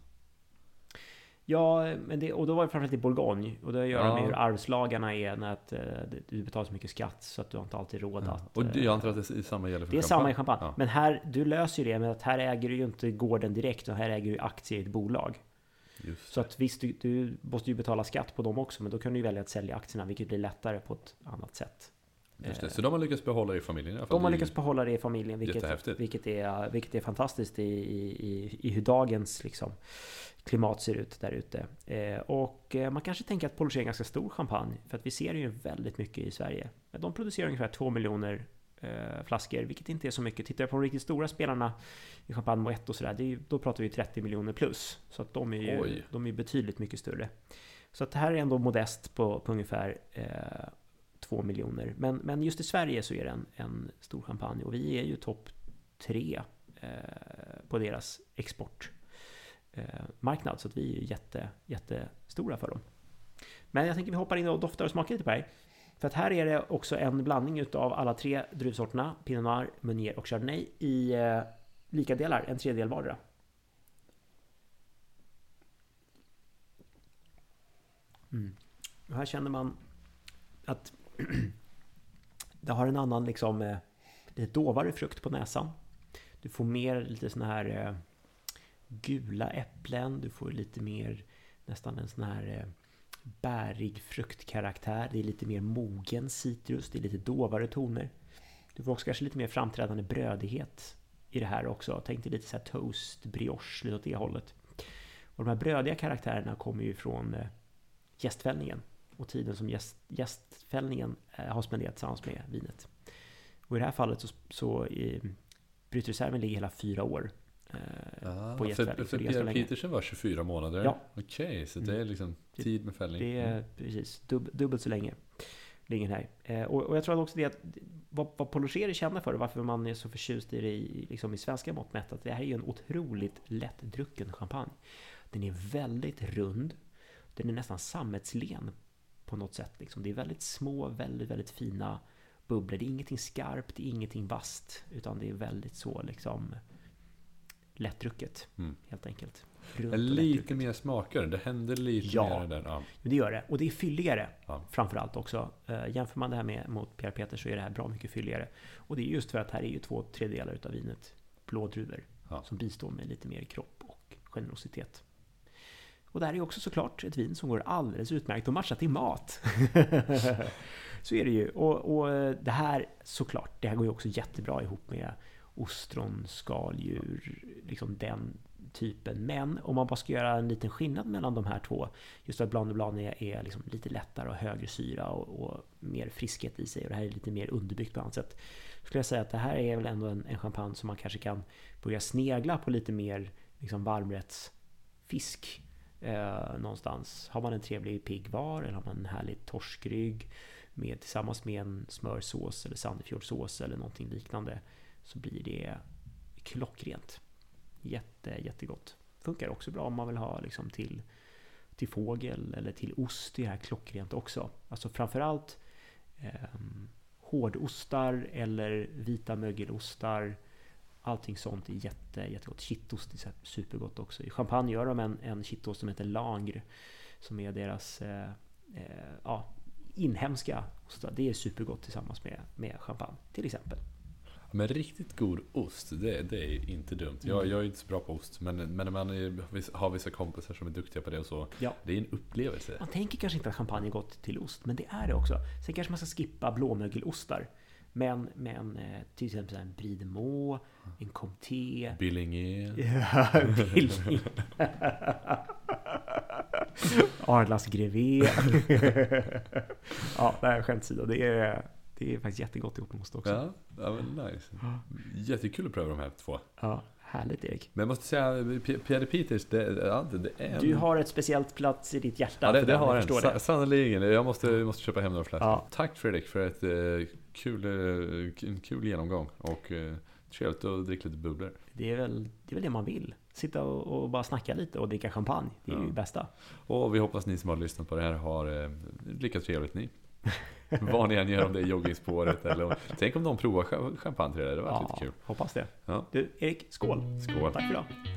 Ja, men det, och då var det framförallt i Bourgogne. Och det gör ja. med hur arvslagarna är när att, uh, du betalar så mycket skatt så att du inte alltid råd ja. att... Och jag antar att det är samma gäller för det är champagne. samma i champagne. Ja. Men här, du löser ju det med att här äger du ju inte gården direkt, och här äger du aktier i ett bolag. Just. Så att visst, du, du måste ju betala skatt på dem också, men då kan du ju välja att sälja aktierna, vilket blir lättare på ett annat sätt. Just det. Så de har lyckats behålla det i familjen i alla fall. De har lyckats behålla det i familjen, vilket, vilket, är, vilket är fantastiskt i, i, i hur dagens liksom, klimat ser ut där ute. Eh, och man kanske tänker att Paul Rocher är en ganska stor champagne, för att vi ser ju väldigt mycket i Sverige. De producerar ungefär två miljoner eh, flaskor, vilket inte är så mycket. Tittar jag på de riktigt stora spelarna i Champagne Moët och sådär, det är ju, då pratar vi trettio miljoner plus. Så att de är ju de är betydligt mycket större. Så att det här är ändå modest på, på ungefär eh, två miljoner. Men, men just i Sverige så är det en, en stor champagne och vi är ju topp tre eh, på deras exportmarknad. Eh, så att vi är ju jätte, jättestora för dem. Men jag tänker vi hoppar in och doftar och smakar lite på det här. För att här är det också en blandning utav alla tre druvsorterna, Pinot Noir, Meunier och Chardonnay i eh, lika delar, en tredjedel vardera. Mm. Och här känner man att det har en annan liksom eh, lite dovare frukt på näsan. Du får mer lite såna här eh, gula äpplen, du får lite mer nästan en sån här eh, bärig fruktkaraktär. Det är lite mer mogen citrus, det är lite dovare toner. Du får också kanske lite mer framträdande brödighet i det här också. Tänk dig lite så här toast, brioche, lite åt det hållet. Och de här brödiga karaktärerna kommer ju från eh, jästfällningen och tiden som jäst, jästfällningen eh, har spenderat tillsammans med vinet. Och i det här fallet så, så eh, brytreserven ligger hela fyra år eh, ah, på jästfällning. För, för Pierre Petersen var tjugofyra månader? Ja. Okej, okay, så det är liksom tid med fällning. Det är precis dub, dubbelt så länge ligger här. Eh, och, och jag tror också det att vad, vad Paul Rocher är kända för och varför man är så förtjust i det i, liksom i svenska mått mätt, att det här är ju en otroligt lättdrucken champagne. Den är väldigt rund. Den är nästan sammetslen på något sätt. Liksom. Det är väldigt små, väldigt, väldigt fina bubblor. Det är ingenting skarpt, det är ingenting vasst. Utan det är väldigt så liksom lättdrucket, mm. helt enkelt. Runt lite mer smakar, det händer lite ja, mer där. Ja, det gör det. Och det är fylligare ja. framförallt också. Uh, jämför man det här med mot Pierre Peter så är det här bra mycket fylligare. Och det är just för att här är ju två tredjedelar utav vinet blådruvor ja. som bistår med lite mer kropp och generositet. Och det här är också såklart ett vin som går alldeles utmärkt att matcha till mat. Så är det ju. Och, och det här såklart, det här går ju också jättebra ihop med ostron, skaldjur, liksom den typen. Men om man bara ska göra en liten skillnad mellan de här två, just att Blanc de Blanc är, är liksom lite lättare och högre syra och, och mer friskhet i sig, och det här är lite mer underbyggt på annat sätt, skulle jag säga att det här är väl ändå en, en champagne som man kanske kan börja snegla på lite mer liksom varmrättsfisk. Eh, någonstans. Har man en trevlig piggvar eller har man en härlig torskrygg med, tillsammans med en smörsås eller Sandefjordsås eller någonting liknande, så blir det klockrent. Jätte, jättegott. Funkar också bra om man vill ha liksom till, till fågel eller till ost. Det här klockrent också. Alltså framförallt eh, hårdostar eller vita mögelostar. Allting sånt är jätte, jättegott. Kittost är supergott också. I Champagne gör de en, en kittost som heter Langre, som är deras eh, eh, ja, inhemska ostar. Det är supergott tillsammans med, med champagne till exempel. Men riktigt god ost, det, det är inte dumt. Jag, jag är inte så bra på ost, men, men när man är, har vissa kompisar som är duktiga på det och så, ja. Det är en upplevelse. Man tänker kanske inte att champagne är gott till ost, men det är det också. Sen kanske man ska skippa blåmögelostar. Men, men till exempel en Brie de Meaux, en Comté, Billinger. Ja, Billinger. Arlas Grevé. Ja, det här är skämtsida. Det är, det är faktiskt jättegott ihop med ost också. Ja, ja men nice. Jättekul att pröva de här två. Ja, härligt Erik. Men jag måste säga, Pierre Peters, det, ja, det är en... Du har ett speciellt plats i ditt hjärta. Ja, det, det har en. Det. Sannoliken. Jag måste, måste köpa hem några flaskor. Ja. Tack Fredrik för ett eh, kul, eh, en kul genomgång. Och eh, trevligt att dricka lite bubblor. Det är väl det, är väl det man vill. Sitta och, och bara snacka lite och dricka champagne. Det är ja. ju det bästa. Och vi hoppas ni som har lyssnat på det här har eh, lika trevligt ni. Vad ni än gör, om det är joggingspåret eller om, tänk om de provar champagne till det. Det var ja, lite kul. Hoppas det. Ja. Du, Erik, skål. Skål. Tack för idag.